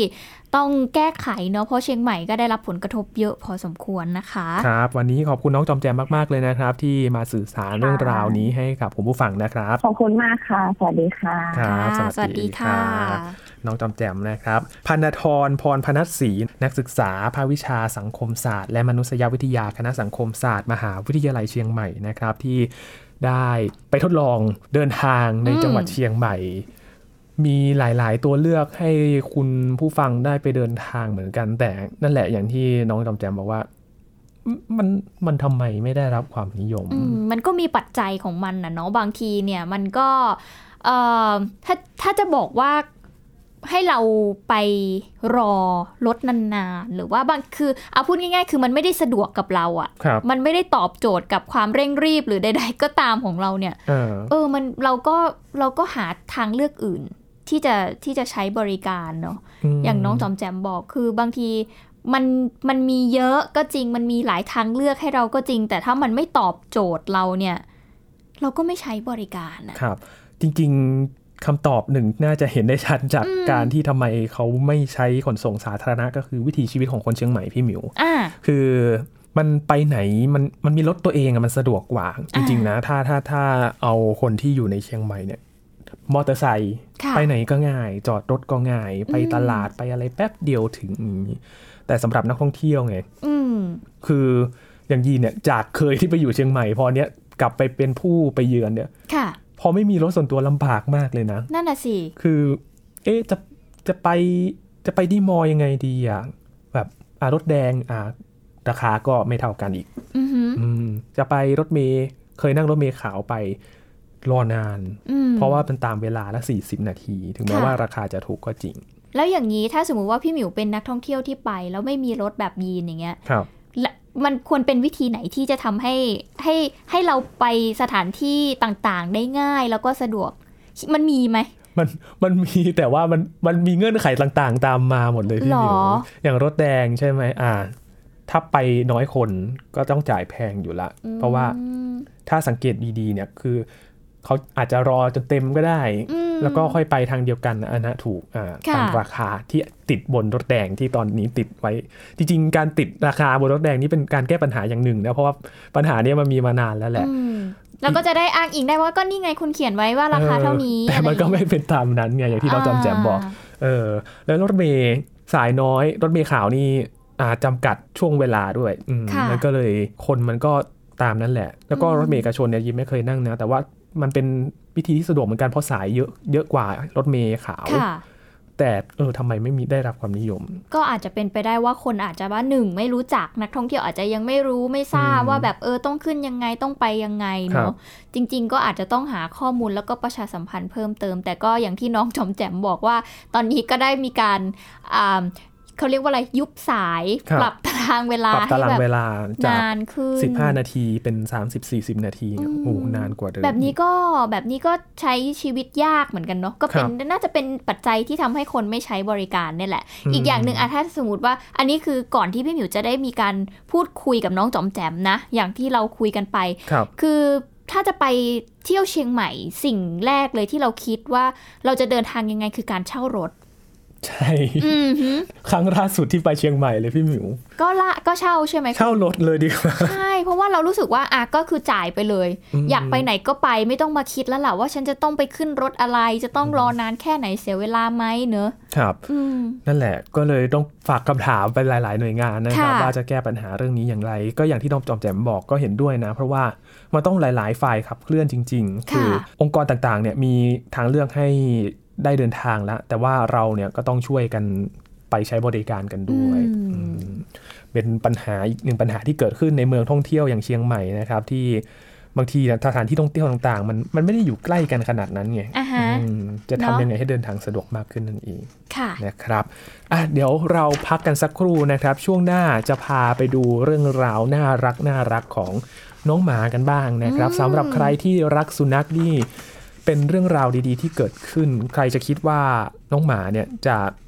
ต้องแก้ไขเนาะเพราะเชียงใหม่ก็ได้รับผลกระทบเยอะพอสมควรนะคะครับวันนี้ขอบคุณน้องจอมแจมมากๆเลยนะครับที่มาสื่อสารเรื่องราวนี้ให้กับคุณผู้ฟังนะครับขอบคุณมากค่ะสวัสดีค่ะครับสวัสดีค่ะน้องจอมแจมนะครับพรรณธร พรพนัสศรีนักศึกษาภาควิชาสังคมศาสตร์และมนุษยวิทยาคณะสังคมศาสตร์มหาวิทยาลัยเชียงใหม่นะครับที่ได้ไปทดลองเดินทางในจังหวัดเชียงใหม่มีหลายๆตัวเลือกให้คุณผู้ฟังได้ไปเดินทางเหมือนกันแต่นั่นแหละอย่างที่น้องจอมแจมบอกว่ามันทำไมไม่ได้รับความนิยมมันก็มีปัจจัยของมันนะเนาะบางทีเนี่ยมันก็ถ้าจะบอกว่าให้เราไปรอรถนานๆหรือว่าบางคือเอาพูดง่ายๆคือมันไม่ได้สะดวกกับเราอ่ะมันไม่ได้ตอบโจทย์กับความเร่งรีบหรือใดๆก็ตามของเราเนี่ยมันเราก็หาทางเลือกอื่นที่จะใช้บริการเนาะอย่างน้องจอมแจมบอกคือบางทีมันมีเยอะก็จริงมันมีหลายทางเลือกให้เราก็จริงแต่ถ้ามันไม่ตอบโจทย์เราเนี่ยเราก็ไม่ใช้บริการนะครับจริงๆคำตอบหนึ่งน่าจะเห็นได้ชัดจากการที่ทำไมเขาไม่ใช้ขนส่งสาธารณะก็คือวิถีชีวิตของคนเชียงใหม่พี่หมิวคือมันไปไหนมันมีรถตัวเองมันสะดวกกว่าจริงๆนะถ้าเอาคนที่อยู่ในเชียงใหม่เนี่ยมอเตอร์ไซค์ไปไหนก็ง่ายจอดรถก็ง่ายไปตลาดไปอะไรแป๊บเดียวถึงแต่สำหรับนักท่องเที่ยวไงคืออย่างยีเนี่ยจากเคยที่ไปอยู่เชียงใหม่พอเนี้ยกลับไปเป็นผู้ไปเยือนเนี่ยพอไม่มีรถส่วนตัวลำบากมากเลยนะนั่นน่ะสิคือจะไปที่มอยังไงดีอ่ะแบบรถแดงราคาก็ไม่เท่ากันอีกจะไปรถเมล์เคยนั่งรถเมล์ขาวไปรอนานเพราะว่าเป็นตามเวลาละ40 นาทีถึงแม้ว่าราคาจะถูกก็จริงแล้วอย่างนี้ถ้าสมมุติว่าพี่หมิวเป็นนักท่องเที่ยวที่ไปแล้วไม่มีรถแบบยีนอย่างเงี้ยมันควรเป็นวิธีไหนที่จะทำให้เราไปสถานที่ต่างๆได้ง่ายแล้วก็สะดวกมันมีไหมมันมีแต่ว่ามันมีเงื่อนไขต่างๆตามมาหมดเลยพี่หมิวอย่างรถแดงใช่ไหมถ้าไปน้อยคนก็ต้องจ่ายแพงอยู่ละเพราะว่าถ้าสังเกตดีๆเนี่ยคือเขาอาจจะรอจนเต็มก็ได้แล้วก็ค่อยไปทางเดียวกันนะถูกตามราคาที่ติดบนรถแดงที่ตอนนี้ติดไว้จริงๆการติดราคาบนรถแดงนี่เป็นการแก้ปัญหาอย่างหนึ่งนะเพราะว่าปัญหานี้มันมีมานานแล้วแหละแล้วก็จะได้อ้างอิงได้ว่าก็นี่ไงคุณเขียนไว้ว่าราคาเท่านี้แต่มันก็ไม่เป็นตามนั้นไงอย่างที่เราจอมแจมบอกแล้วรถเมล์สายน้อยรถเมล์ขาวนี่จำกัดช่วงเวลาด้วยแล้วก็เลยคนมันก็ตามนั้นแหละแล้วก็รถเมล์เอกชนเนี่ยยิ้มไม่เคยนั่งนะแต่ว่ามันเป็นวิธีที่สะดวกเหมือนกันเพราะสายเยอะกว่ารถเมล์ขาวแต่ทำไมไม่มีได้รับความนิยมก็อาจจะเป็นไปได้ว่าคนอาจจะว่า1ไม่รู้จักนักท่องเที่ยวอาจจะยังไม่รู้ไม่ทราบว่าแบบต้องขึ้นยังไงต้องไปยังไงเนาะจริงๆก็อาจจะต้องหาข้อมูลแล้วก็ประชาสัมพันธ์เพิ่มเติมแต่ก็อย่างที่น้องจอมแจ่มบอกว่าตอนนี้ก็ได้มีการเขาเรียกว่าอะไรยุบสายปรับตารางเวลาให้แบบนานขึ้น 15 นาทีเป็น30-40 นาทีโอ้นานกว่าเดิมแบบนี้ก็ใช้ชีวิตยากเหมือนกันเนาะก็เป็นน่าจะเป็นปัจจัยที่ทำให้คนไม่ใช้บริการนี่แหละอีกอย่างหนึ่งถ้าสมมติว่าอันนี้คือก่อนที่พี่หมิวจะได้มีการพูดคุยกับน้องจอมแจมนะอย่างที่เราคุยกันไปคือถ้าจะไปเที่ยวเชียงใหม่สิ่งแรกเลยที่เราคิดว่าเราจะเดินทางยังไงคือการเช่ารถใช่ครั้งล่าสุดที่ไปเชียงใหม่เลยพี่หมิวก็เช่าใช่ไหมเช่ารถเลยดีกว่าใช่เพราะว่าเรารู้สึกว่าก็คือจ่ายไปเลยอยากไปไหนก็ไปไม่ต้องมาคิดแล้วแหละว่าฉันจะต้องไปขึ้นรถอะไรจะต้องรอนานแค่ไหนเสียเวลาไหมเนอะครับนั่นแหละก็เลยต้องฝากคำถามไปหลายๆหน่วยงานนะครับว่าจะแก้ปัญหาเรื่องนี้อย่างไรก็อย่างที่น้องจอมแจ่มบอกก็เห็นด้วยนะเพราะว่ามันต้องหลายๆฝ่ายขับเคลื่อนจริงๆคือองค์กรต่างๆเนี่ยมีทางเลือกให้ได้เดินทางแล้วแต่ว่าเราเนี่ยก็ต้องช่วยกันไปใช้บริการกันด้วยเป็นปัญหาอีกหนึ่งปัญหาที่เกิดขึ้นในเมืองท่องเที่ยวอย่างเชียงใหม่นะครับที่บางทีสถานที่ท่องเที่ยวต่างๆมันไม่ได้อยู่ใกล้กันขนาดนั้นไงจะทำยังไงให้เดินทางสะดวกมากขึ้นนั่นเองนะครับเดี๋ยวเราพักกันสักครู่นะครับช่วงหน้าจะพาไปดูเรื่องราวน่ารักของน้องหมากันบ้างนะครับสำหรับใครที่รักสุนัขนี่เป็นเรื่องราวดีๆที่เกิดขึ้นใครจะคิดว่าน้องหมาเนี่ยจะ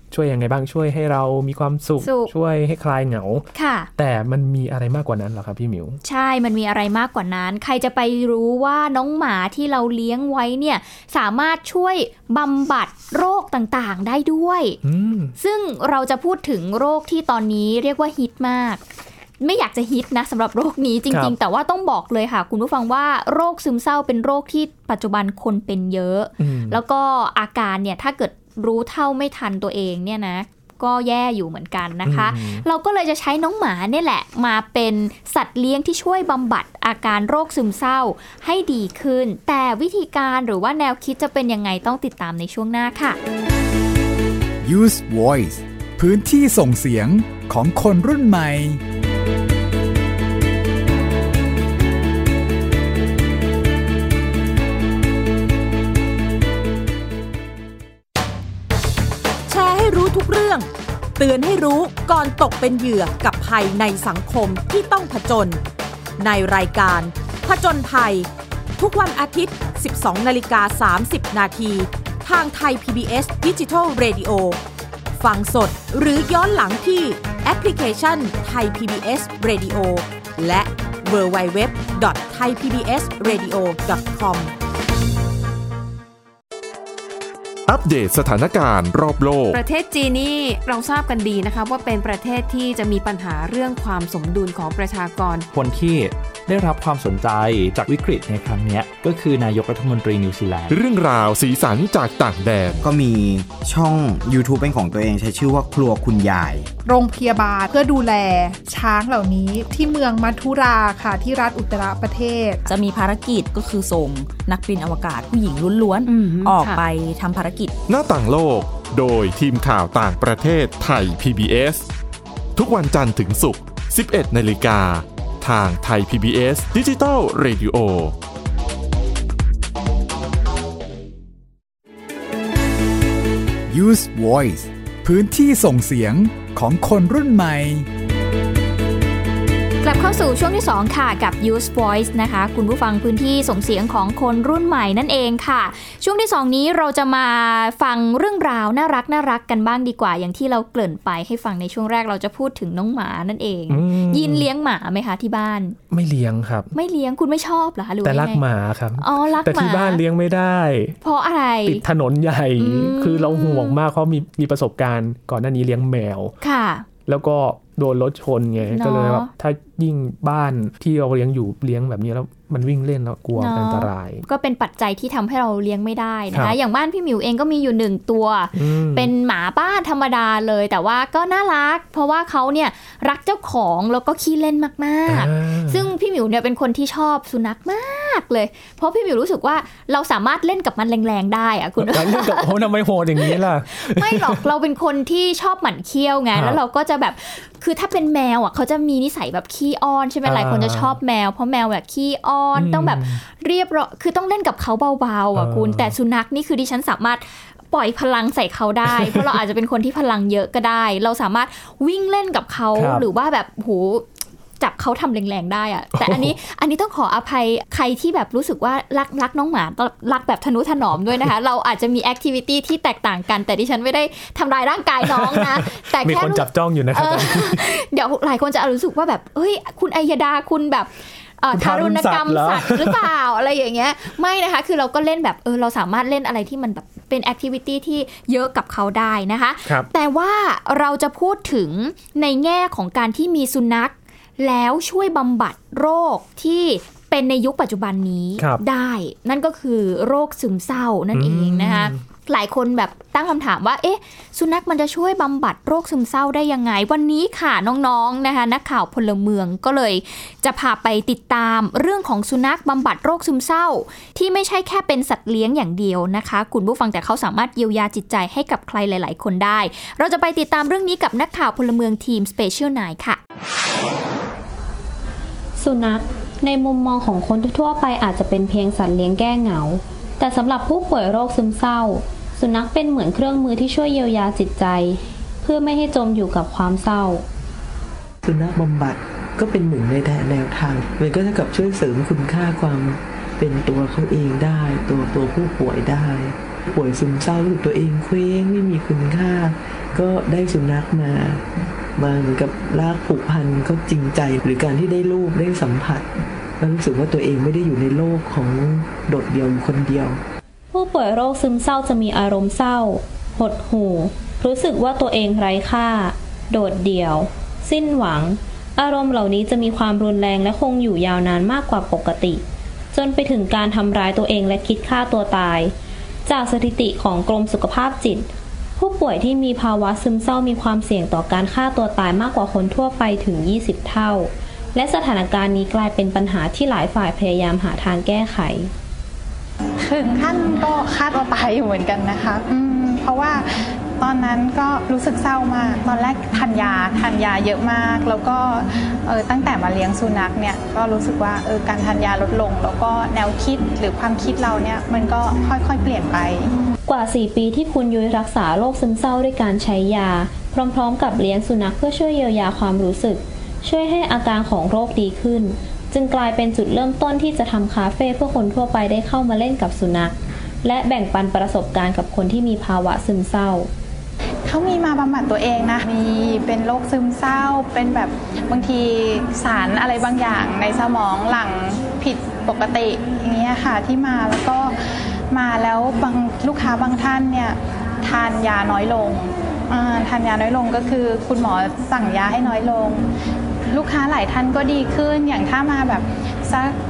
ช่วยยังไงบ้างช่วยให้เรามีความสุขช่วยให้คลายเหงาค่ะแต่มันมีอะไรมากกว่านั้นเหรอครับพี่หมิวใช่มันมีอะไรมากกว่านั้นใครจะไปรู้ว่าน้องหมาที่เราเลี้ยงไว้เนี่ยสามารถช่วยบำบัดโรคต่างๆได้ด้วยซึ่งเราจะพูดถึงโรคที่ตอนนี้เรียกว่าฮิตมากไม่อยากจะฮิตนะสำหรับโรคนี้จริงๆแต่ว่าต้องบอกเลยค่ะคุณผู้ฟังว่าโรคซึมเศร้าเป็นโรคที่ปัจจุบันคนเป็นเยอะแล้วก็อาการเนี่ยถ้าเกิดรู้เท่าไม่ทันตัวเองเนี่ยนะก็แย่อยู่เหมือนกันนะคะเราก็เลยจะใช้น้องหมาเนี่ยแหละมาเป็นสัตว์เลี้ยงที่ช่วยบำบัดอาการโรคซึมเศร้าให้ดีขึ้นแต่วิธีการหรือว่าแนวคิดจะเป็นยังไงต้องติดตามในช่วงหน้าค่ะ Use Voice พื้นที่ส่งเสียงของคนรุ่นใหม่รู้ทุกเรื่องเตือนให้รู้ก่อนตกเป็นเหยื่อกับภัยในสังคมที่ต้องผจญในรายการผจญภัยทุกวันอาทิตย์ 12:30 น.ทางไทย PBS Digital Radio ฟังสดหรือย้อนหลังที่แอปพลิเคชันไทย PBS Radio และ www.thaipbsradio.com อัปเดตสถานการณ์รอบโลกประเทศจีนนี่เราทราบกันดีนะคะว่าเป็นประเทศที่จะมีปัญหาเรื่องความสมดุลของประชากรคนที่ได้รับความสนใจจากวิกฤตในครั้งนี้ก็คือนายกรัฐมนตรีนิวซีแลนด์เรื่องราวสีสันจากต่างแดนก็มีช่อง YouTube เป็นของตัวเองใช้ชื่อว่าครัวคุณยายโรงพยาบาลเพื่อดูแลช้างเหล่านี้ที่เมืองมัทุราค่ะที่รัฐอุตตรประเทศจะมีภารกิจก็คือส่งนักบินอวกาศผู้หญิงล้วนๆออกไปทำภารกิจหน้าต่างโลกโดยทีมข่าวต่างประเทศไทย PBS ทุกวันจันทร์ถึงศุกร์ 11:00 น.ทางไทย PBS Digital Radio Use Voice พื้นที่ส่งเสียงของคนรุ่นใหม่กลับเข้าสู่ช่วงที่2ค่ะกับ Use Voice นะคะคุณผู้ฟังพื้นที่ส่งเสียงของคนรุ่นใหม่นั่นเองค่ะช่วงที่2นี้เราจะมาฟังเรื่องราวน่ารักกันบ้างดีกว่าอย่างที่เราเกริ่นไปให้ฟังในช่วงแรกเราจะพูดถึงน้องหมานั่นเองยินเลี้ยงหมาไหมคะที่บ้านไม่เลี้ยงครับไม่เลี้ยงคุณไม่ชอบเหรอคะหรือแต่รักหมาครับอ๋อรักหมาแต่ที่บ้านเลี้ยงไม่ได้เพราะอะไรติดถนนใหญ่คือเราห่วงมากเพราะมีประสบการณ์ก่อนหน้านี้เลี้ยงแมวค่ะแล้วก็โดนรถชนไงก็เลยแบบถ้ายิ่งบ้านที่เราเลี้ยงอยู่เลี้ยงแบบนี้แล้วมันวิ่งเล่นแล้วกลัวอันตรายก็เป็นปัจจัยที่ทำให้เราเลี้ยงไม่ได้นะคะอย่างบ้านพี่หมิวเองก็มีอยู่1ตัวเป็นหมาบ้านธรรมดาเลยแต่ว่าก็น่ารักเพราะว่าเขาเนี่ยรักเจ้าของแล้วก็ขี้เล่นมากๆซึ่งพี่หมิวเนี่ยเป็นคนที่ชอบสุนัขมากเลยเพราะพี่หมิวรู้สึกว่าเราสามารถเล่นกับมันแรงๆได้อะคุณเล่นกับโอ้ทำไมโหดอย่างนี้ล่ะไม่หรอกเราเป็นคนที่ชอบหมั่นเคี้ยวไงแล้วเราก็จะแบบคือถ้าเป็นแมวอ่ะเขาจะมีนิสัยแบบขี้อ้อนใช่ไหมหลายคนจะชอบแมวเพราะแมวแบบขี้อ้อนต้องแบบเรียบร้อยคือต้องเล่นกับเขาเบาๆอ่ะคุณแต่สุนัขนี่คือดิฉันสามารถปล่อยพลังใส่เขาได้เพราะเราอาจจะเป็นคนที่พลังเยอะก็ได้เราสามารถวิ่งเล่นกับเขาหรือว่าแบบโหจับเขาทำแรงๆได้อะแต่อันนี้ต้องขออภัยใครที่แบบรู้สึกว่ารักน้องหมารักแบบทนุถนอมด้วยนะคะเราอาจจะมีแอคทิวิตี้ที่แตกต่างกันแต่ดิฉันไม่ได้ทำลายร่างกายน้องนะแต่มีคนจับจ้องอยู่นะครับเดี๋ยวหลายคนจะรู้สึกว่าแบบเฮ้ยคุณอัยดาคุณแบบทารุณกรรมสัตว์หรือเปล่าอะไรอย่างเงี้ยไม่นะคะคือเราก็เล่นแบบเราสามารถเล่นอะไรที่มันแบบเป็นแอคทิวิตี้ที่เยอะกับเขาได้นะคะแต่ว่าเราจะพูดถึงในแง่ของการที่มีสุนัขแล้วช่วยบำบัดโรคที่เป็นในยุคปัจจุบันนี้ได้นั่นก็คือโรคซึมเศร้านั่นเองนะคะหลายคนแบบตั้งคำถามว่าสุนัขมันจะช่วยบำบัดโรคซึมเศร้าได้ยังไงวันนี้ค่ะน้องๆนะคะนักข่าวพลเมืองก็เลยจะพาไปติดตามเรื่องของสุนัขบำบัดโรคซึมเศร้าที่ไม่ใช่แค่เป็นสัตว์เลี้ยงอย่างเดียวนะคะคุณผู้ฟังแต่เขาสามารถเยียวยาจิตใจให้กับใครหลายๆคนได้เราจะไปติดตามเรื่องนี้กับนักข่าวพลเมืองทีม Special 9 ค่ะสุนัขในมุมมองของคนทั่วไปอาจจะเป็นเพียงสัตว์เลี้ยงแก้เหงาแต่สำหรับผู้ป่วยโรคซึมเศร้าสุนัขเป็นเหมือนเครื่องมือที่ช่วยเยียวยาจิตใจเพื่อไม่ให้จมอยู่กับความเศร้าสุนัขบำบัดก็เป็นหนึ่งในแนวทางมันก็เท่ากับช่วยเสริมคุณค่าความเป็นตัวเขาเองได้ตัวผู้ป่วยได้ป่วยซึมเศร้ารู้สึกตัวเองเคว้งไม่มีคุณค่าก็ได้สุนัขมาเหมือนกับลากผูกพันก็จริงใจหรือการที่ได้ลูบได้สัมผัสแล้วรู้สึกว่าตัวเองไม่ได้อยู่ในโลกของโดดเดี่ยวอยู่คนเดียวผู้ป่วยโรคซึมเศร้าจะมีอารมณ์เศร้าหดหู่รู้สึกว่าตัวเองไร้ค่าโดดเดี่ยวสิ้นหวังอารมณ์เหล่านี้จะมีความรุนแรงและคงอยู่ยาวนานมากกว่าปกติจนไปถึงการทำร้ายตัวเองและคิดฆ่าตัวตายจากสถิติของกรมสุขภาพจิตผู้ป่วยที่มีภาวะซึมเศร้ามีความเสี่ยงต่อการฆ่าตัวตายมากกว่าคนทั่วไปถึง20เท่าและสถานการณ์นี้กลายเป็นปัญหาที่หลายฝ่ายพยายามหาทางแก้ไขถึงขั้นก็ฆ่าตัวตายอยู่เหมือนกันนะคะเพราะว่าตอนนั้นก็รู้สึกเศร้ามากตอนแรกทานยาเยอะมากแล้วก็ตั้งแต่มาเลี้ยงสุนัขเนี่ยก็รู้สึกว่าการทานยาลดลงแล้วก็แนวคิดหรือความคิดเราเนี่ยมันก็ค่อยๆเปลี่ยนไปกว่า4ปีที่คุณยุ้ยรักษาโรคซึมเศร้าด้วยการใช้ยาพร้อมๆกับเลี้ยงสุนัขเพื่อช่วยเยียวยาความรู้สึกช่วยให้อาการของโรคดีขึ้นจึงกลายเป็นจุดเริ่มต้นที่จะทำคาเฟ่เพื่อคนทั่วไปได้เข้ามาเล่นกับสุนัขและแบ่งปันประสบการณ์กับคนที่มีภาวะซึมเศร้าเขามีมาบำบัดตัวเองนะมีเป็นโรคซึมเศร้าเป็นแบบบางทีสารอะไรบางอย่างในสมองหลั่งผิดปกติอย่างเงี้ยค่ะที่มาแล้วก็มาแล้วบางลูกค้าบางท่านเนี่ยทานยาน้อยลงก็คือคุณหมอสั่งยาให้น้อยลงลูกค้าหลายท่านก็ดีขึ้นอย่างถ้ามาแบบสัก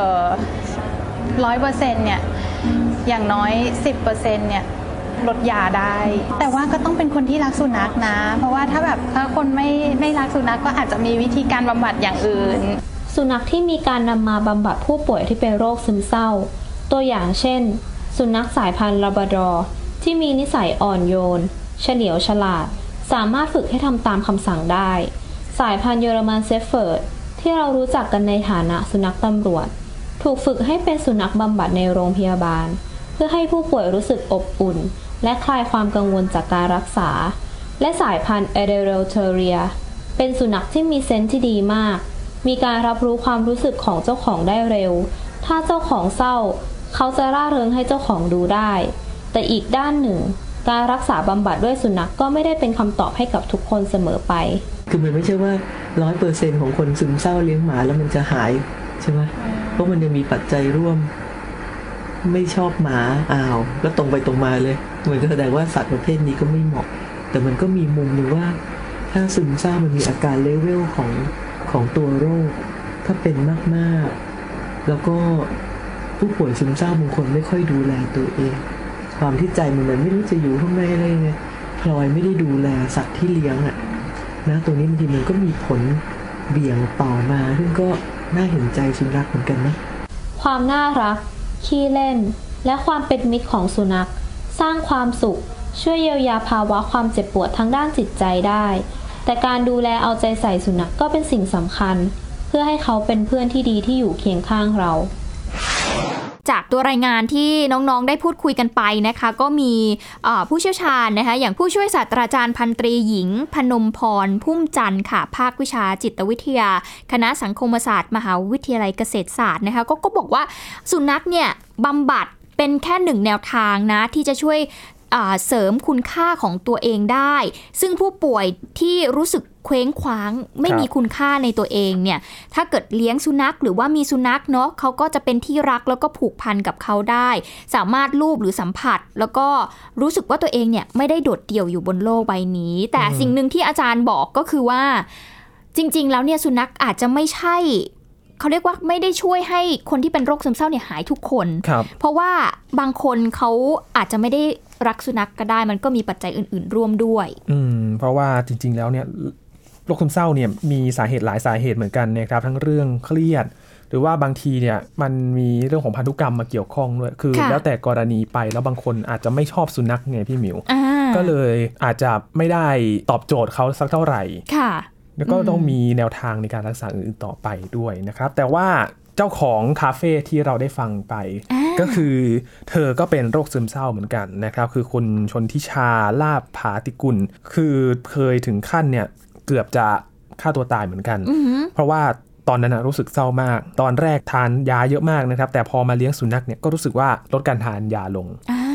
100% เนี่ยอย่างน้อย 10% เนี่ยลดยาได้แต่ว่าก็ต้องเป็นคนที่รักสุนัขนะเพราะว่าถ้าคนไม่รักสุนัขก็อาจจะมีวิธีการบำบัดอย่างอื่นสุนัขที่มีการนำมาบำบัดผู้ป่วยที่เป็นโรคซึมเศร้าตัวอย่างเช่นสุนัขสายพันธุ์ลาบราดอร์ที่มีนิสัยอ่อนโยนเฉลียวฉลาดสามารถฝึกให้ทำตามคำสั่งได้สายพันธุ์เยอรมันเชฟเฟิร์ดที่เรารู้จักกันในฐานะสุนัขตำรวจถูกฝึกให้เป็นสุนัขบำบัดในโรงพยาบาลเพื่อให้ผู้ป่วยรู้สึกอบอุ่นและคลายความกังวลจากการรักษาและสายพันธุ์เอเดเรลเทเรียเป็นสุนัขที่มีเซนส์ที่ดีมากมีการรับรู้ความรู้สึกของเจ้าของได้เร็วถ้าเจ้าของเศร้าเขาจะร่าเริงให้เจ้าของดูได้แต่อีกด้านหนึ่งการรักษาบำบัดด้วยสุนัขก็ไม่ได้เป็นคำตอบให้กับทุกคนเสมอไปคือมันไม่ใช่ว่า 100% ของคนซึมเศร้าเลี้ยงหมาแล้วมันจะหายใช่ไหมเพราะมันยังมีปัจจัยร่วมไม่ชอบหมาแล้วตรงไปตรงมาเลยมันก็แสดงว่าสัตว์ประเภทนี้ก็ไม่เหมาะแต่มันก็มีมุมหนึ่งว่าถ้าซึมเศร้ามันมีอาการเลเวลของตัวโรคถ้าเป็นมากๆแล้วก็ผู้ป่วยซึมเศร้าบางคนไม่ค่อยดูแลตัวเองความที่ใจมันไม่รู้จะอยู่ข้างในอะไรไงพลอยไม่ได้ดูแลสัตว์ที่เลี้ยงนะตรงนี้บางทีมันก็มีผลเบี่ยงต่อมาซึ่งก็น่าเห็นใจสุนัขเหมือนกันนะความน่ารักขี้เล่นและความเป็นมิตรของสุนัขสร้างความสุขช่วยเยียวยาภาวะความเจ็บปวดทางด้านจิตใจได้แต่การดูแลเอาใจใส่สุนัขก็เป็นสิ่งสำคัญเพื่อให้เขาเป็นเพื่อนที่ดีที่อยู่เคียงข้างเราจากตัวรายงานที่น้องๆได้พูดคุยกันไปนะคะก็มีผู้เชี่ยวชาญนะคะอย่างผู้ช่วยศาสตราจารย์พันตรีหญิงพนมพรพุ่มจันทร์ค่ะภาควิชาจิตวิทยาคณะสังคมศาสตร์มหาวิทยาลัยเกษตรศาสตร์นะคะก็บอกว่าสุนัขเนี่ยบำบัดเป็นแค่หนึ่งแนวทางนะที่จะช่วยเสริมคุณค่าของตัวเองได้ซึ่งผู้ป่วยที่รู้สึกเคว้งคว้างไม่มีคุณค่าในตัวเองเนี่ยถ้าเกิดเลี้ยงสุนัขหรือว่ามีสุนัขเนาะเขาก็จะเป็นที่รักแล้วก็ผูกพันกับเขาได้สามารถลูบหรือสัมผัสแล้วก็รู้สึกว่าตัวเองเนี่ยไม่ได้โดดเดี่ยวอยู่บนโลกใบนี้แต่สิ่งหนึ่งที่อาจารย์บอกก็คือว่าจริงๆแล้วเนี่ยสุนัขอาจจะไม่ใช่เขาเรียกว่าไม่ได้ช่วยให้คนที่เป็นโรคซึมเศร้าเนี่ยหายทุกคนเพราะว่าบางคนเขาอาจจะไม่ได้รักสุนัขก็ได้มันก็มีปัจจัยอื่นๆร่วมด้วยเพราะว่าจริงๆแล้วเนี่ยโรคซึมเศร้าเนี่ยมีสาเหตุหลายสาเหตุเหมือนกันนะครับทั้งเรื่องเครียดหรือว่าบางทีเนี่ยมันมีเรื่องของพันธุกรรมมาเกี่ยวข้องด้วยคือแล้วแต่กรณีไปแล้วบางคนอาจจะไม่ชอบสุนัขไงพี่หมิวก็เลยอาจจะไม่ได้ตอบโจทย์เขาสักเท่าไหร่แล้วก็ต้องมีแนวทางในการรักษาอื่นๆต่อไปด้วยนะครับแต่ว่าเจ้าของคาเฟ่ที่เราได้ฟังไปก็คือเธอก็เป็นโรคซึมเศร้าเหมือนกันนะครับคือคุณชนทิชาลาภผาติกุลคือเคยถึงขั้นเนี่ยเกือบจะฆ่าตัวตายเหมือนกันเพราะว่าตอนนั้นรู้สึกเศร้ามากตอนแรกทานยาเยอะมากนะครับแต่พอมาเลี้ยงสุนัขเนี่ยก็รู้สึกว่าลดการทานยาลง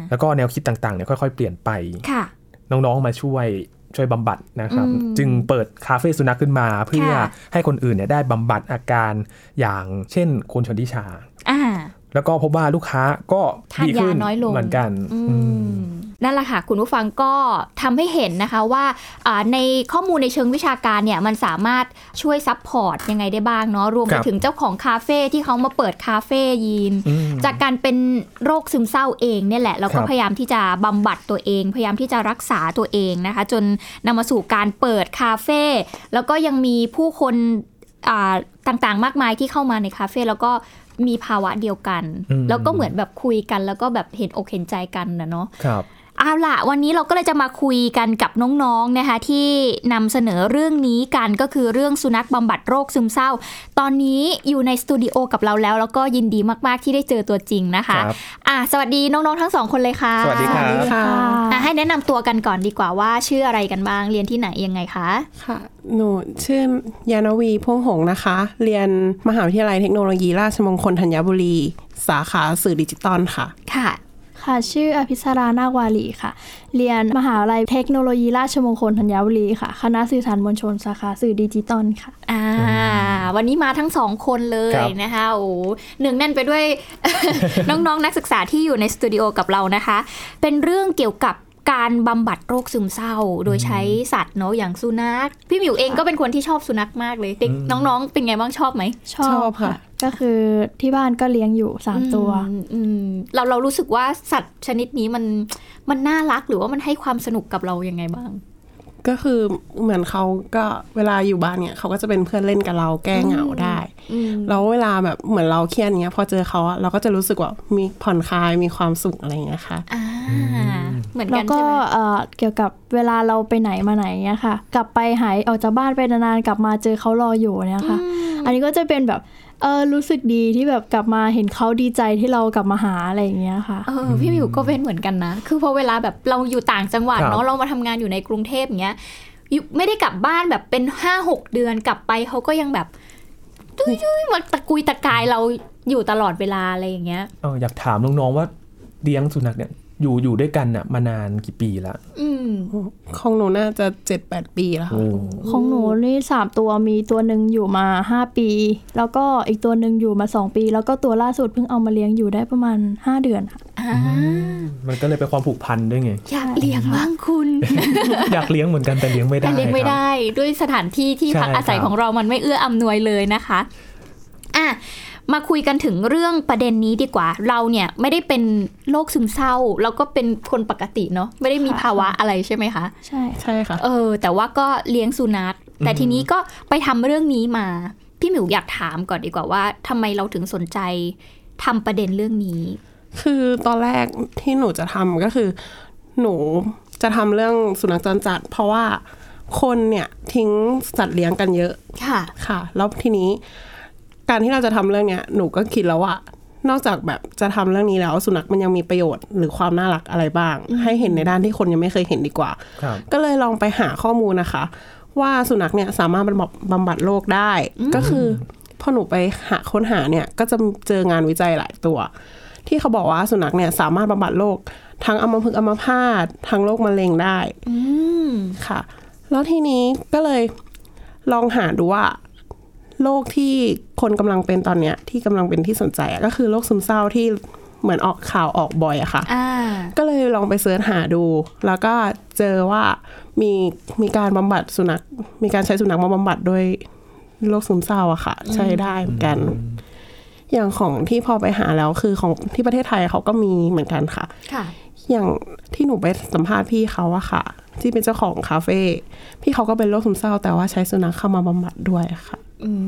แล้วก็แนวคิดต่างๆเนี่ยค่อยๆเปลี่ยนไปน้องๆมาช่วยบำบัดนะครับจึงเปิดคาเฟ่สุนัขขึ้นมาเพื่อให้คนอื่นเนี่ยได้บำบัดอาการอย่างเช่นคุณชนทิชาแล้วก็พบว่าลูกค้าก็ดีขึ้นเหมือนกันนั่นแหละค่ะคุณผู้ฟังก็ทำให้เห็นนะคะว่าในข้อมูลในเชิงวิชาการเนี่ยมันสามารถช่วยซัพพอร์ตยังไงได้บ้างเนาะรวมไปถึงเจ้าของคาเฟ่ที่เขามาเปิดคาเฟ่ยีนจากการเป็นโรคซึมเศร้าเองเนี่ยแหละแล้วก็พยายามที่จะบำบัดตัวเองพยายามที่จะรักษาตัวเองนะคะจนนำมาสู่การเปิดคาเฟ่แล้วก็ยังมีผู้คนต่างๆมากมายที่เข้ามาในคาเฟ่แล้วก็มีภาวะเดียวกันแล้วก็เหมือนแบบคุยกันแล้วก็แบบเห็นอกเห็นใจกันนะเนาะเอาล่ะวันนี้เราก็เลยจะมาคุยกันกับน้องๆนะคะที่นำเสนอเรื่องนี้กันก็คือเรื่องสุนัขบำบัดโรคซึมเศร้าตอนนี้อยู่ในสตูดิโอกับเราแล้วก็ยินดีมากๆที่ได้เจอตัวจริงนะคะสวัสดีน้องๆทั้ง2คนเลยค่ะสวัสดีค่ะให้แนะนำตัวกันก่อนดีกว่าว่าชื่ออะไรกันบ้างเรียนที่ไหนยังไงคะค่ะหนูชื่อยานวีพ่วงหงนะคะเรียนมหาวิทยาลัยเทคโนโลยีราชมงคลธัญบุรีสาขาสื่อดิจิตอลค่ะค่ะชื่ออภิสรานาควาลีค่ะเรียนมหาวิทยาลัยเทคโนโลยีราชมงคลธัญบุรีค่ะคณะสื่อสารมวลชนสาขาสื่อดิจิตอลค่ะวันนี้มาทั้ง2คนเลยนะคะโอ้หนึ่งแน่นไปด้วย น้องๆ นักศึกษาที่อยู่ในสตูดิโอกับเรานะคะเป็นเรื่องเกี่ยวกับการบำบัดโรคซึมเศร้าโดยใช้สัตว์เนาะอย่างสุนัขพี่หมิวเองก็เป็นคนที่ชอบสุนัขมากเลยเด็กน้องๆเป็นไงบ้างชอบไหมชอบค่ะก็คือที่บ้านก็เลี้ยงอยู่3ตัวเรารู้สึกว่าสัตว์ชนิดนี้มันน่ารักหรือว่ามันให้ความสนุกกับเรายังไงบ้างก็คือเหมือนเขาก็เวลาอยู่บ้านเนี่ยเขาก็จะเป็นเพื่อนเล่นกับเราแก้เหงาได้แล้วเวลาแบบเหมือนเราเครียดเงี้ยพอเจอเขาเราก็จะรู้สึกว่ามีผ่อนคลายมีความสุขอะไรอย่างเงี้ยค่ะเหมือนกันใช่ไหมแล้วก็เกี่ยวกับเวลาเราไปไหนมาไหนเงี้ยค่ะกลับไปหายออกจากบ้านไปนานๆกลับมาเจอเขารออยู่เนี่ยค่ะอันนี้ก็จะเป็นแบบรู้สึกดีที่แบบกลับมาเห็นเขาดีใจที่เรากลับมาหาอะไรอย่างเงี้ยค่ะพี่มิวก็เป็นเหมือนกันนะคือพอเวลาแบบเราอยู่ต่างจังหวัดเนาะเรามาทำงานอยู่ในกรุงเทพอย่างเงี้ยไม่ได้กลับบ้านแบบเป็น 5-6 เดือนกลับไปเขาก็ยังแบบตุ้ยๆมาตะกุยตะกายเราอยู่ตลอดเวลาอะไรอย่างเงี้ยอยากถามน้องๆว่าเลี้ยงสุนัขเนี่ยอยู่ด้วยกันน่ะมานานกี่ปีแล้วของหนูน่าจะ 7-8 ปีแล้วค่ะของหนูนี่3ตัวมีตัวนึงอยู่มา5ปีแล้วก็อีกตัวนึงอยู่มา2ปีแล้วก็ตัวล่าสุดเพิ่งเอามาเลี้ยงอยู่ได้ประมาณ5เดือนค่ะมันก็เลยเป็นความผูกพันด้วยไงอยากเลี้ยงบ้างคุณอยากเลี้ยงเหมือนกันแต่เลี้ยงไม่ได้ด้วยสถานที่ที่พักอาศัยของเรามันไม่เอื้ออำนวยเลยนะคะมาคุยกันถึงเรื่องประเด็นนี้ดีกว่าเราเนี่ยไม่ได้เป็นโรคซึมเศร้าเราก็เป็นคนปกติเนาะไม่ได้มีภาวะอะไรใช่ไหมคะใช่ค่ะแต่ว่าก็เลี้ยงสุนัขแต่ทีนี้ก็ไปทำเรื่องนี้มาพี่หมิวอยากถามก่อนดีกว่าว่าทำไมเราถึงสนใจทำประเด็นเรื่องนี้คือตอนแรกที่หนูจะทำก็คือหนูจะทำเรื่องสุนัขจรจัดเพราะว่าคนเนี่ยทิ้งสัตว์เลี้ยงกันเยอะค่ะแล้วทีนี้การที่เราจะทำเรื่องเนี้ยหนูก็คิดแล้วว่านอกจากแบบจะทำเรื่องนี้แล้วสุนัขมันยังมีประโยชน์หรือความน่ารักอะไรบ้างให้เห็นในด้านที่คนยังไม่เคยเห็นดีกว่าก็เลยลองไปหาข้อมูลนะคะว่าสุนัขเนี่ยสามารถบำบัดโรคได้ก็คือพอหนูไปค้นหาเนี่ยก็จะเจองานวิจัยหลายตัวที่เขาบอกว่าสุนัขเนี่ยสามารถบำบัดโรคทั้งอัมพฤกษ์อัมพาตทั้งโรคมะเร็งได้ค่ะแล้วทีนี้ก็เลยลองหาดูว่าโรคที่คนกำลังเป็นตอนเนี้ยที่กำลังเป็นที่สนใจก็คือโรคซึมเศร้าที่เหมือนออกข่าวออกบ่อยอะค่ะก็เลยลองไปเสิร์ชหาดูแล้วก็เจอว่ามีการบำบัดสุนัขมีการใช้สุนัขมาบำบัดด้วยโรคซึมเศร้าอะค่ะใช้ได้เหมือนกันอย่างของที่พอไปหาแล้วคือของที่ประเทศไทยเขาก็มีเหมือนกันค่ะอย่างที่หนูไปสัมภาษณ์พี่เขาอะค่ะที่เป็นเจ้าของคาเฟ่พี่เขาก็เป็นโรคซึมเศร้าแต่ว่าใช้สุนัขเข้ามาบำบัดด้วยค่ะ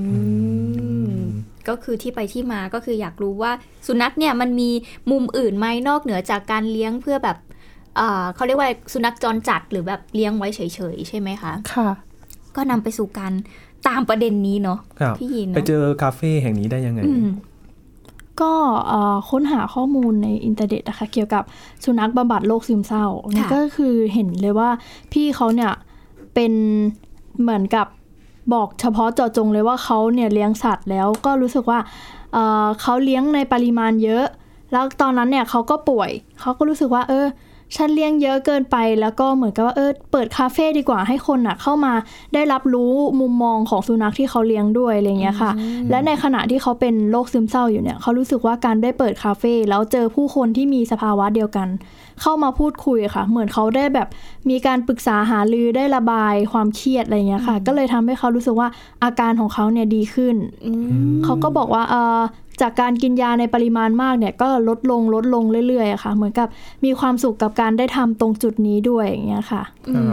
ก็คือที่ไปที่มาก็คืออยากรู้ว่าสุนัขเนี่ยมันมีมุมอื่นไหมนอกเหนือจากการเลี้ยงเพื่อแบบเขาเรียกว่าสุนัขจรจัดหรือแบบเลี้ยงไว้เฉยๆใช่ไหมคะค่ะก็นำไปสู่การตามประเด็นนี้เนาะพี่ยินไปเจอคาเฟ่แห่งนี้ได้ยังไงก็ค้นหาข้อมูลในอินเทอร์เน็ตนะคะเกี่ยวกับสุนัขบำบัดโรคซึมเศร้านี่ก็คือเห็นเลยว่าพี่เขาเนี่ยเป็นเหมือนกับบอกเฉพาะเจาะจงเลยว่าเขาเนี่ยเลี้ยงสัตว์แล้วก็รู้สึกว่าเขาเลี้ยงในปริมาณเยอะแล้วตอนนั้นเนี่ยเขาก็ป่วยเขาก็รู้สึกว่าฉันเลี้ยงเยอะเกินไปแล้วก็เหมือนกับว่าเปิดคาเฟ่ดีกว่าให้คนน่ะเข้ามาได้รับรู้มุมมองของสุนัขที่เขาเลี้ยงด้วยอะไรเงี้ยค่ะและในขณะที่เขาเป็นโรคซึมเศร้าอยู่เนี่ยเขารู้สึกว่าการได้เปิดคาเฟ่แล้วเจอผู้คนที่มีสภาวะเดียวกันเข้ามาพูดคุยค่ะเหมือนเขาได้แบบมีการปรึกษาหารือได้ระบายความเครียดอะไรเงี้ยค่ะก็เลยทำให้เขารู้สึกว่าอาการของเขาเนี่ยดีขึ้นเขาก็บอกว่าจากการกินยาในปริมาณมากเนี่ยก็ลดลงเรื่อยๆค่ะเหมือนกับมีความสุขกับการได้ทำตรงจุดนี้ด้วยอย่างเงี้ยค่ะ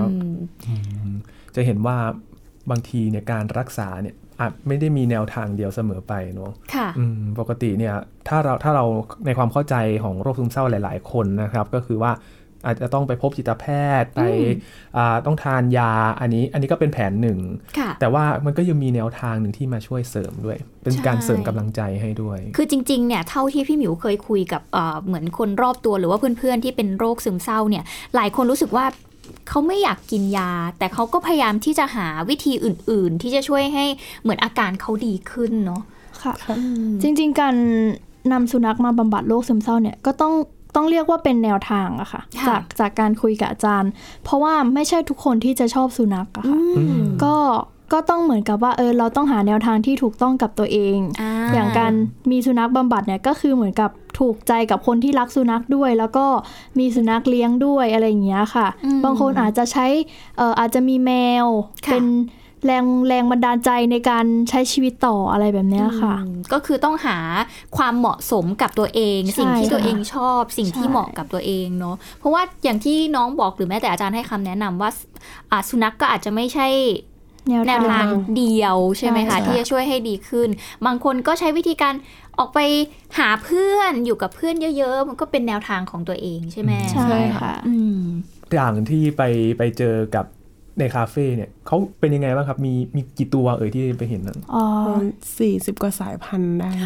จะเห็นว่าบางทีเนี่ยการรักษาเนี่ยอาจไม่ได้มีแนวทางเดียวเสมอไปเนาะปกติเนี่ยถ้าเราในความเข้าใจของโรคซึมเศร้าหลายๆคนนะครับก็คือว่าอาจจะต้องไปพบจิตแพทย์ไปต้องทานยาอันนี้ก็เป็นแผนหนึ่งแต่ว่ามันก็ยังมีแนวทางหนึ่งที่มาช่วยเสริมด้วยเป็นการเสริมกำลังใจให้ด้วยคือจริงๆเนี่ยเท่าที่พี่หมิวเคยคุยกับเหมือนคนรอบตัวหรือว่าเพื่อนๆที่เป็นโรคซึมเศร้าเนี่ยหลายคนรู้สึกว่าเขาไม่อยากกินยาแต่เขาก็พยายามที่จะหาวิธีอื่นๆที่จะช่วยให้เหมือนอาการเขาดีขึ้นเนาะค่ะจริงๆการนำสุนัขมาบำบัดโรคซึมเศร้าเนี่ยก็ต้องเรียกว่าเป็นแนวทางอะค่ะจากการคุยกับอาจารย์เพราะว่าไม่ใช่ทุกคนที่จะชอบสุนัขอะค่ะก็ต้องเหมือนกับว่าเราต้องหาแนวทางที่ถูกต้องกับตัวเองอย่างการมีสุนัขบำบัดเนี่ยก็คือเหมือนกับถูกใจกับคนที่รักสุนัขด้วยแล้วก็มีสุนัขเลี้ยงด้วยอะไรอย่างเงี้ยค่ะบางคนอาจจะใช้อาจจะมีแมวเป็นแรงบันดาลใจในการใช้ชีวิตต่ออะไรแบบนี้ค่ะก็คือต้องหาความเหมาะสมกับตัวเองสิ่งที่ตัวเองชอบสิ่งที่เหมาะกับตัวเองเนาะเพราะว่าอย่างที่น้องบอกหรือแม้แต่อาจารย์ให้คำแนะนำว่าสุนัขก็อาจจะไม่ใช่แนวทางเดียวใช่ไหมคะที่จะช่วยให้ดีขึ้นบางคนก็ใช้วิธีการออกไปหาเพื่อนอยู่กับเพื่อนเยอะๆมันก็เป็นแนวทางของตัวเองใช่ไหมใช่ค่ะอย่างที่ไปเจอกับในคาเฟ่เนี่ยเขาเป็นยังไงบ้างครับมีกี่ตัวที่ไปเห็นนั้น 40 กว่าสายพันธุ์ได้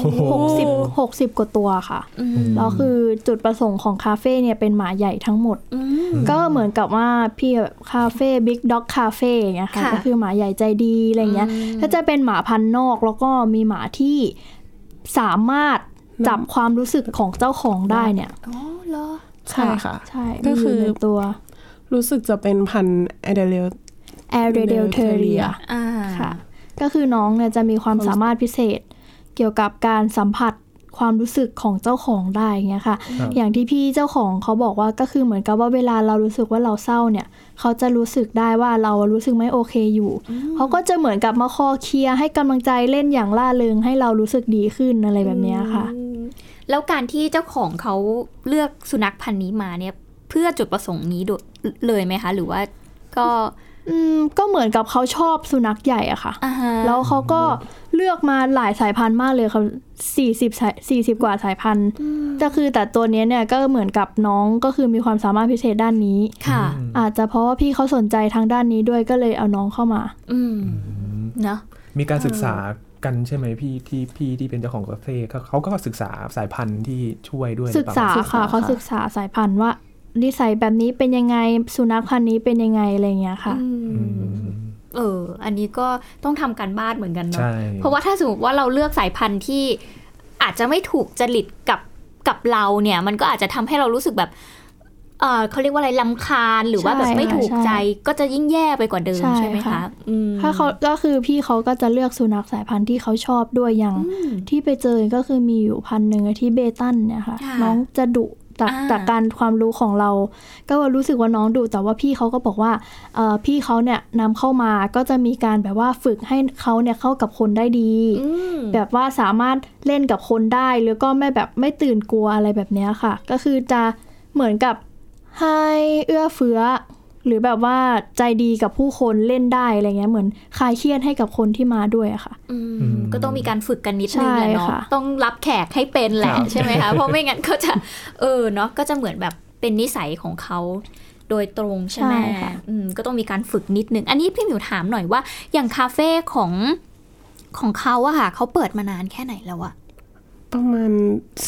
60 กว่าตัวค่ะแล้วคือจุดประสงค์ของคาเฟ่เนี่ยเป็นหมาใหญ่ทั้งหมดก็เหมือนกับว่าพี่คาเฟ่บิ๊กด็อกคาเฟ่อย่างเงี้ยค่ะก็คือหมาใหญ่ใจดีอะไรเงี้ยก็จะเป็นหมาพันธุ์นอกแล้วก็มีหมาที่สามารถจับความรู้สึกของเจ้าของได้เนี่ยอ๋อเหรอใช่ค่ะใช่ก็คือตัวรู้สึกจะเป็นพันธุ์แอเดเดลเทเรียค่ะก็คือน้องเนี่ยจะมีความสามารถพิเศษเกี่ยวกับการสัมผัสความรู้สึกของเจ้าของได้เงี้ยค่ะอย่างที่พี่เจ้าของเขาบอกว่าก็คือเหมือนกับว่าเวลาเรารู้สึกว่าเราเศร้าเนี่ยเขาจะรู้สึกได้ว่าเรารู้สึกไม่โอเคอยู่เขาก็จะเหมือนกับมาคอเคลียร์ให้กำลังใจเล่นอย่างล่าเริงให้เรารู้สึกดีขึ้นอะไรแบบนี้ค่ะแล้วการที่เจ้าของเขาเลือกสุนัขพันธุ์นี้มาเนี่ยเพื่อจุดประสงค์นี้เลยไหมคะหรือว่าก็เหมือนกับเขาชอบสุนัขใหญ่อะค่ะแล้วเขาก็เลือกมาหลายสายพันธุ์มากเลยค่ะ40 กว่าสายพันธุ์แต่คือแต่ตัวนี้เนี่ยก็เหมือนกับน้องก็คือมีความสามารถพิเศษด้านนี้ค่ะอาจจะเพราะว่าพี่เขาสนใจทางด้านนี้ด้วยก็เลยเอาน้องเข้ามาเนาะมีการศึกษากันใช่ไหมพี่ที่เป็นเจ้าของคาเฟ่เขาก็ศึกษาสายพันธุ์ที่ช่วยด้วยศึกษาค่ะเขาศึกษาสายพันธุ์ว่านิสัยแบบนี้เป็นยังไงสุนัขพันธุ์นี้เป็นยังไงอะไรเงี้ยค่ะอันนี้ก็ต้องทำการบ้านเหมือนกันเนาะเพราะว่าถ้าสมมติว่าเราเลือกสายพันธุ์ที่อาจจะไม่ถูกจริตกับเราเนี่ยมันก็อาจจะทำให้เรารู้สึกแบบเขาเรียกว่าอะไรรำคาญหรือว่าแบบไม่ถูกใจก็จะยิ่งแย่ไปกว่าเดิมใช่ไหมคะถ้าเขาก็คือพี่เขาก็จะเลือกสุนัขสายพันธุ์ที่เขาชอบด้วยอย่างที่ไปเจอก็คือมีอยู่พันธุ์นึงที่เบตันเนี่ยค่ะน้องจะดุจากการความรู้ของเราก็รู้สึกว่าน้องดุแต่ว่าพี่เขาก็บอกว่าพี่เขาเนี่ยนำเข้ามาก็จะมีการแบบว่าฝึกให้เขาเนี่ยเข้ากับคนได้ดีแบบว่าสามารถเล่นกับคนได้แล้วก็ไม่ตื่นกลัวอะไรแบบนี้ค่ะก็คือจะเหมือนกับให้เอื้อเฟื้อหรือแบบว่าใจดีกับผู้คนเล่นได้อะไรเงี้ยเหมือนคลายเครียดให้กับคนที่มาด้วยอะค่ะก็ต้องมีการฝึกกันนิดนึงแหละเนาะต้องรับแขกให้เป็นแหละใช่ไหมคะเพราะไม่งั้นก็จะเนาะก็จะเหมือนแบบเป็นนิสัยของเขาโดยตรงใช่ไหมก็ต้องมีการฝึกนิดนึงอันนี้พี่หมิวถามหน่อยว่าอย่างคาเฟ่ของเขาอะค่ะเขาเปิดมานานแค่ไหนแล้วอะประมาณ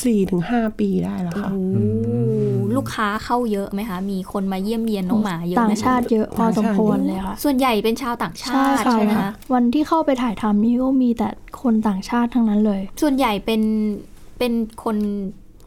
4-5 ปีได้แล้วค่ะลูกค้าเข้าเยอะไหมคะมีคนมาเยี่ยมเยียนน้องหมาเยอะต่างชาติเยอะพอสมควรเลยค่ะส่วนใหญ่เป็นชาวต่างชาติใช่ไหมคะวันที่เข้าไปถ่ายทำนี่ก็มีแต่คนต่างชาติทั้งนั้นเลยส่วนใหญ่เป็นคน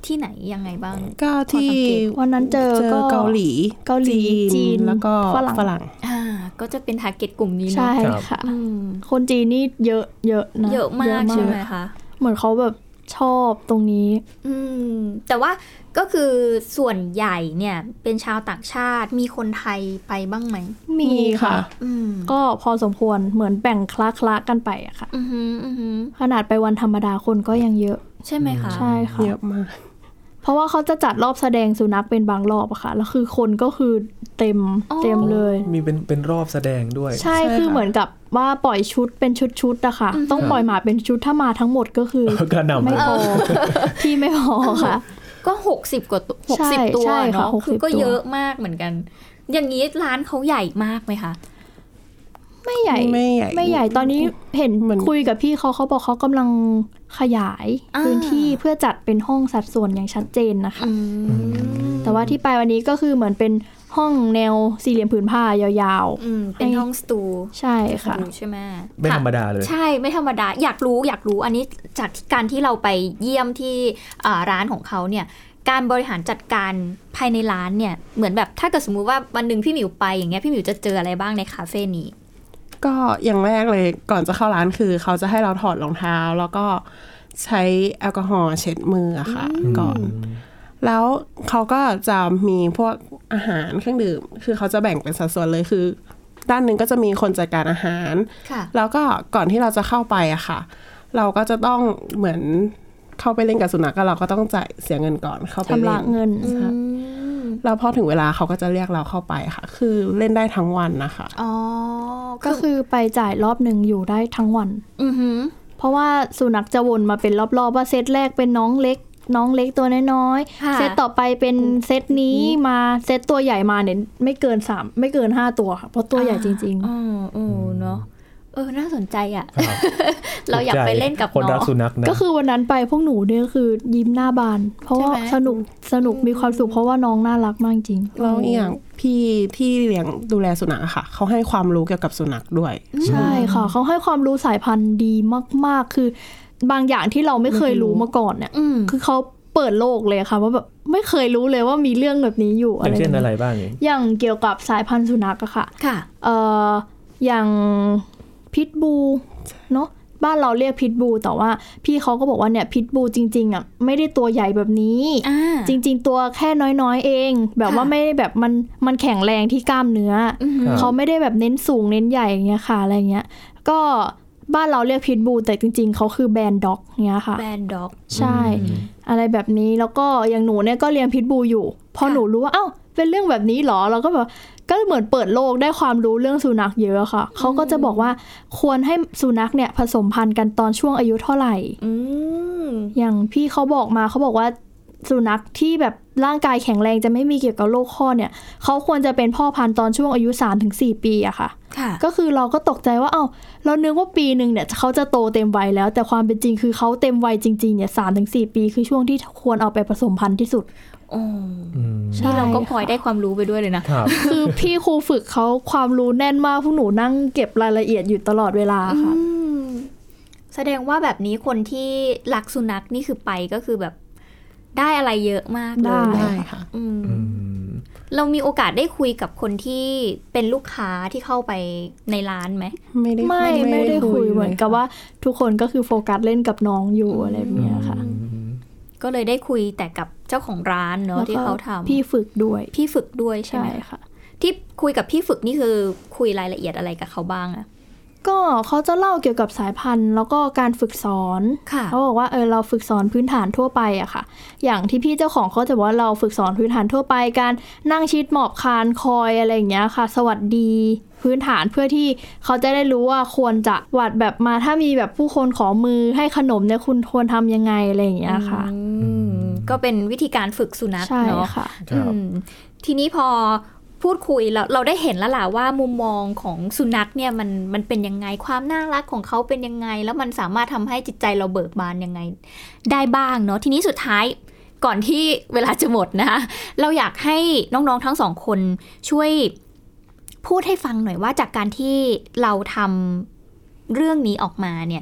ที่ไหนยังไงบ้างก็ที่วันนั้นเจอเกาหลีจีนแล้วก็ฝรั่งก็จะเป็นทาร์เก็ตกลุ่มนี้ใช่ค่ะคนจีนนี่เยอะนะเยอะมากใช่ไหมคะเหมือนเขาแบบชอบตรงนี้แต่ว่าก็คือส่วนใหญ่เนี่ยเป็นชาวต่างชาติมีคนไทยไปบ้างไหมมีค่ะก็พอสมควรเหมือนแบ่งคละกันไปอะค่ะขนาดไปวันธรรมดาคนก็ยังเยอะใช่ไหมคะใช่ค่ะเยอะมากเพราะว่าเขาจะจัดรอบแสดงสุนัขเป็นบางรอบอะค่ะแล้วคือคนก็คือเต็มเลยมีเป็นรอบแสดงด้วยใช่คือเหมือนกับว่าปล่อยชุดเป็นชุดอะค่ะต้องปล่อยหมาเป็นชุดถ้ามาทั้งหมดก็คือไม่พอที่ไม่พอค่ะก็60 กว่า60 ตัวเนาะคือก็เยอะมากเหมือนกันอย่างนี้ร้านเขาใหญ่มากไหมคะไม่ใหญ่ตอนนี้เห็นคุยกับพี่เขาบอกเขากำลังขยายพื้นที่เพื่อจัดเป็นห้องสัดส่วนอย่างชัดเจนนะคะแต่ว่าที่ไปวันนี้ก็คือเหมือนเป็นห้องแนวสี่เหลี่ยมผืนผ้ายาวๆเป็นห้องสตูใช่ค่ะใช่ไหมไม่ธรรมดาเลยใช่ไม่ธรรมดาอยากรู้อันนี้จากการที่เราไปเยี่ยมที่ร้านของเขาเนี่ยการบริหารจัดการภายในร้านเนี่ยเหมือนแบบถ้าเกิดสมมุติว่าวันหนึ่งพี่หมิวไปอย่างเงี้ยพี่หมิวจะเจออะไรบ้างในคาเฟ่นี้ก็อย่างแรกเลยก่อนจะเข้าร้านคือเขาจะให้เราถอดรองเท้าแล้วก็ใช้แอลกอฮอล์เช็ดมืออะค่ะก่อนแล้วเขาก็จะมีพวกอาหารเครื่องดื่มคือเขาจะแบ่งเป็นสัดส่วนเลยคือด้านหนึ่งก็จะมีคนจัดการอาหารแล้วก็ก่อนที่เราจะเข้าไปอะค่ะเราก็จะต้องเหมือนเข้าไปเล่นกับสุนัขก็เราก็ต้องจ่ายเสียเงินก่อนเข้าไปเล่นชำระเงินแล้วพอถึงเวลาเขาก็จะเรียกเราเข้าไปค่ะคือเล่นได้ทั้งวันนะคะก็คือไปจ่ายรอบนึงอยู่ได้ทั้งวันเพราะว่าสุนัขจะวนมาเป็นรอบๆว่าเซตแรกเป็นน้องเล็กตัวน้อยๆเซตต่อไปเป็นเซตนี้มาเซตตัวใหญ่มาเนี่ยไม่เกิน5ตัวค่ะเพราะตัวใหญ่จริงๆเนาะน่าสนใจอ่ะ เราอยากไปเล่นกับน้องก็คือวันนั้นไปพวกหนูเนี่ยคือยิ้มหน้าบานเพราะว่าสนุกมีความสุขเพราะว่าน้องน่ารักมากจริงแล้วอีกอย่างพี่ที่เลี้ยงดูแลสุนัขค่ะเขาให้ความรู้เกี่ยวกับสุนัขด้วยใช่ค่ะเขาให้ความรู้สายพันธุ์ดีมากๆคือบางอย่างที่เราไม่เคยรู้มาก่อนเนี่ยคือเขาเปิดโลกเลยค่ะว่าแบบไม่เคยรู้เลยว่ามีเรื่องแบบนี้อยู่อะไรอย่างเช่นอะไรบ้างอย่างเกี่ยวกับสายพันธุ์สุนัขอะค่ะอย่างพิทบูเนาะบ้านเราเรียกพิทบูแต่ว่าพี่เขาก็บอกว่าเนี่ยพิทบูจริงๆอ่ะไม่ได้ตัวใหญ่แบบนี้จริงๆตัวแค่น้อยๆเองแบบว่าไม่ได้แบบมันแข็งแรงที่กล้ามเนื้อเขาไม่ได้แบบเน้นสูงเน้นใหญ่อย่างเงี้ยค่ะอะไรเงี้ยก็บ้านเราเรียกพิทบูแต่จริงๆเขาคือแบนด็อกเงี้ยค่ะแบนด็อกใช่อะไรแบบนี้แล้วก็อย่างหนูเนี่ยก็เลี้ยงพิทบูอยู่พอหนูรู้ว่าเอ้าเป็นเรื่องแบบนี้หรอเราก็แบบก็เหมือนเปิดโลกได้ความรู้เรื่องสุนัขเยอะค่ะเขาก็จะบอกว่าควรให้สุนัขเนี่ยผสมพันธุ์กันตอนช่วงอายุเท่าไหร่อย่างพี่เขาบอกว่าสุนัขที่แบบร่างกายแข็งแรงจะไม่มีเกี่ยวกับโรคข้อเนี่ยเขาควรจะเป็นพ่อพันธุ์ตอนช่วงอายุ 3-4 ปีอะค่ะก็คือเราก็ตกใจว่าเอ้าเรานึกว่าปีนึงเนี่ยเขาจะโตเต็มวัยแล้วแต่ความเป็นจริงคือเขาเต็มวัยจริงๆเนี่ย 3-4 ปีคือช่วงที่ควรเอาไปผสมพันธุ์ที่สุดนี่เราก็พลอยได้ความรู้ไปด้วยเลยนะคือพี่ครูฝึกเขาความรู้แน่นมากพวกหนูนั่งเก็บรายละเอียดอยู่ตลอดเวลาค่ะแสดงว่าแบบนี้คนที่รักสุนัขนี่คือไปก็คือแบบได้อะไรเยอะมากเลยได้ค่ะเรามีโอกาสได้คุยกับคนที่เป็นลูกค้าที่เข้าไปในร้านไหมไม่ได้คุยเหมือนกับว่าทุกคนก็คือโฟกัสเล่นกับน้องอยู่อะไรแบบนี้ค่ะก็เลยได้คุยแต่กับเจ้าของร้านเนาะที่เขาทำพี่ฝึกด้วยใช่ไหมค่ะที่คุยกับพี่ฝึกนี่คือคุยรายละเอียดอะไรกับเขาบ้างอะก็เขาจะเล่าเกี่ยวกับสายพันธุ์แล้วก็การฝึกสอนเขาบอกว่าเราฝึกสอนพื้นฐานทั่วไปอะค่ะอย่างที่พี่เจ้าของเขาจะบอกว่าเราฝึกสอนพื้นฐานทั่วไปการนั่งชิดหมอบคานคอยอะไรอย่างเงี้ยค่ะสวัสดีพื้นฐานเพื่อที่เขาจะได้รู้ว่าควรจะหวัดแบบมาถ้ามีแบบผู้คนขอมือให้ขนมเนี่ยคุณควรทำยังไงอะไรอย่างเงี้ยค่ะก็เป็นวิธีการฝึกสุนัขเนาะทีนี้พอพูดคุยเราได้เห็นแล้วล่ะว่ามุมมองของสุนัขเนี่ยมันเป็นยังไงความน่ารักของเขาเป็นยังไงแล้วมันสามารถทำให้จิตใจเราเบิกบานยังไงได้บ้างเนาะทีนี้สุดท้ายก่อนที่เวลาจะหมดนะคะเราอยากให้น้องๆทั้งสองคนช่วยพูดให้ฟังหน่อยว่าจากการที่เราทำเรื่องนี้ออกมาเนี่ย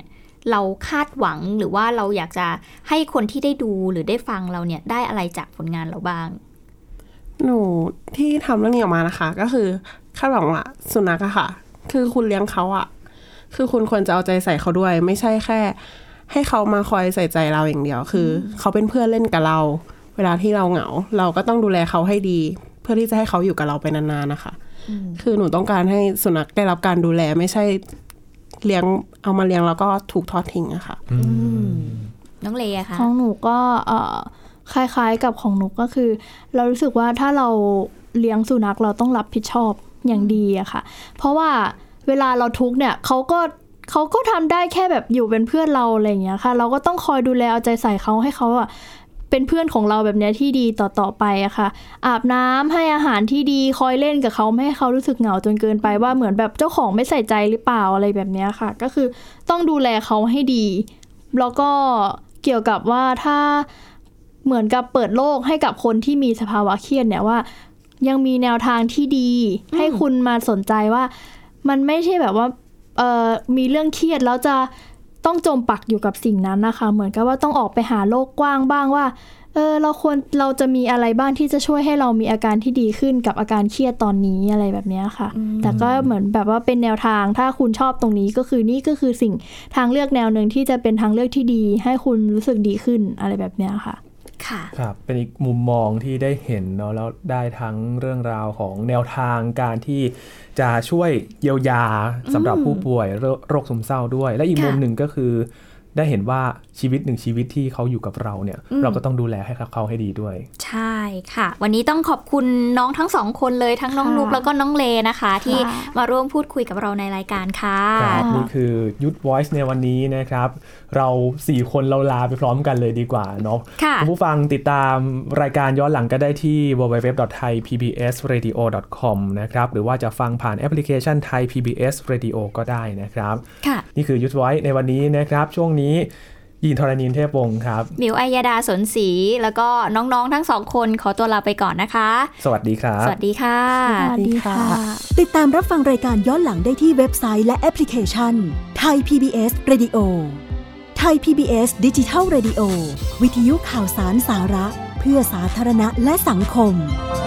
เราคาดหวังหรือว่าเราอยากจะให้คนที่ได้ดูหรือได้ฟังเราเนี่ยได้อะไรจากผลงานเราบ้างหนูที่ทำเรื่องนี้ออกมานะคะก็คือคาดหวังว่าสุนัขอะค่ะคือคุณเลี้ยงเขาอะคือคุณควรจะเอาใจใส่เขาด้วยไม่ใช่แค่ให้เขามาคอยใส่ใจเราอย่างเดียวคือเขาเป็นเพื่อนเล่นกับเราเวลาที่เราเหงาเราก็ต้องดูแลเขาให้ดีเพื่อที่จะให้เขาอยู่กับเราไปนานๆนะคะคือหนูต้องการให้สุนัขได้รับการดูแลไม่ใช่เลี้ยงเอามาเลี้ยงแล้วก็ถูกทอดทิ้งอะค่ะน้องเลอะคะของหนูก็คล้ายๆกับของหนูก็คือเรารู้สึกว่าถ้าเราเลี้ยงสุนัขเราต้องรับผิดชอบอย่างดีอะค่ะเพราะว่าเวลาเราทุกข์เนี่ยเขาก็ทำได้แค่แบบอยู่เป็นเพื่อนเราอะไรอย่างเงี้ยค่ะเราก็ต้องคอยดูแลเอาใจใส่เขาให้เขาอะเป็นเพื่อนของเราแบบนี้ที่ดีต่อไปอะค่ะอาบน้ำให้อาหารที่ดีคอยเล่นกับเขาไม่ให้เขารู้สึกเหงาจนเกินไปว่าเหมือนแบบเจ้าของไม่ใส่ใจหรือเปล่าอะไรแบบนี้ค่ะก็คือต้องดูแลเขาให้ดีแล้วก็เกี่ยวกับว่าถ้าเหมือนกับเปิดโลกให้กับคนที่มีสภาวะเครียดเนี่ยว่ายังมีแนวทางที่ดีให้คุณมาสนใจว่ามันไม่ใช่แบบว่ามีเรื่องเครียดแล้วจะต้องจมปักอยู่กับสิ่งนั้นนะคะเหมือนกับว่าต้องออกไปหาโลกกว้างบ้างว่าเราจะมีอะไรบ้างที่จะช่วยให้เรามีอาการที่ดีขึ้นกับอาการเครียดตอนนี้อะไรแบบนี้ค่ะแต่ก็เหมือนแบบว่าเป็นแนวทางถ้าคุณชอบตรงนี้ก็คือนี่ก็คือสิ่งทางเลือกแนวนึงที่จะเป็นทางเลือกที่ดีให้คุณรู้สึกดีขึ้นอะไรแบบนี้ค่ะครับเป็นอีกมุมมองที่ได้เห็นเนาะแล้วได้ทั้งเรื่องราวของแนวทางการที่จะช่วยเยียวยาสำหรับผู้ป่วยโรคซึมเศร้าด้วยและอีกมุมหนึ่งก็คือได้เห็นว่าชีวิตหนึ่งชีวิตที่เขาอยู่กับเราเนี่ยเราก็ต้องดูแลให้เขาให้ดีด้วยใช่ค่ะวันนี้ต้องขอบคุณน้องทั้งสองคนเลยทั้งน้องนุ๊กแล้วก็น้องเลนะคะที่มาร่วมพูดคุยกับเราในรายการค่ะนี่คือยุทธ Voice ในวันนี้นะครับเรา4คนเราลาไปพร้อมกันเลยดีกว่าเนาะคุณผู้ฟังติดตามรายการย้อนหลังก็ได้ที่ www.thaipbsradio.com นะครับหรือว่าจะฟังผ่านแอปพลิเคชัน Thai PBS Radio ก็ได้นะครับนี่คือยุทธ Voice ในวันนี้นะครับช่วงนี้ยินทรณินเทพวงศ์ครับมิวอัยดาสนศรีแล้วก็น้องๆทั้งสองคนขอตัวลาไปก่อนนะคะสวัสดีครับสวัสดีค่ะสวัสดีค่ะติดตามรับฟังรายการย้อนหลังได้ที่เว็บไซต์และแอปพลิเคชัน Thai PBS Radio Thai PBS Digital Radio วิทยุข่าวสารสาระเพื่อสาธารณะและสังคม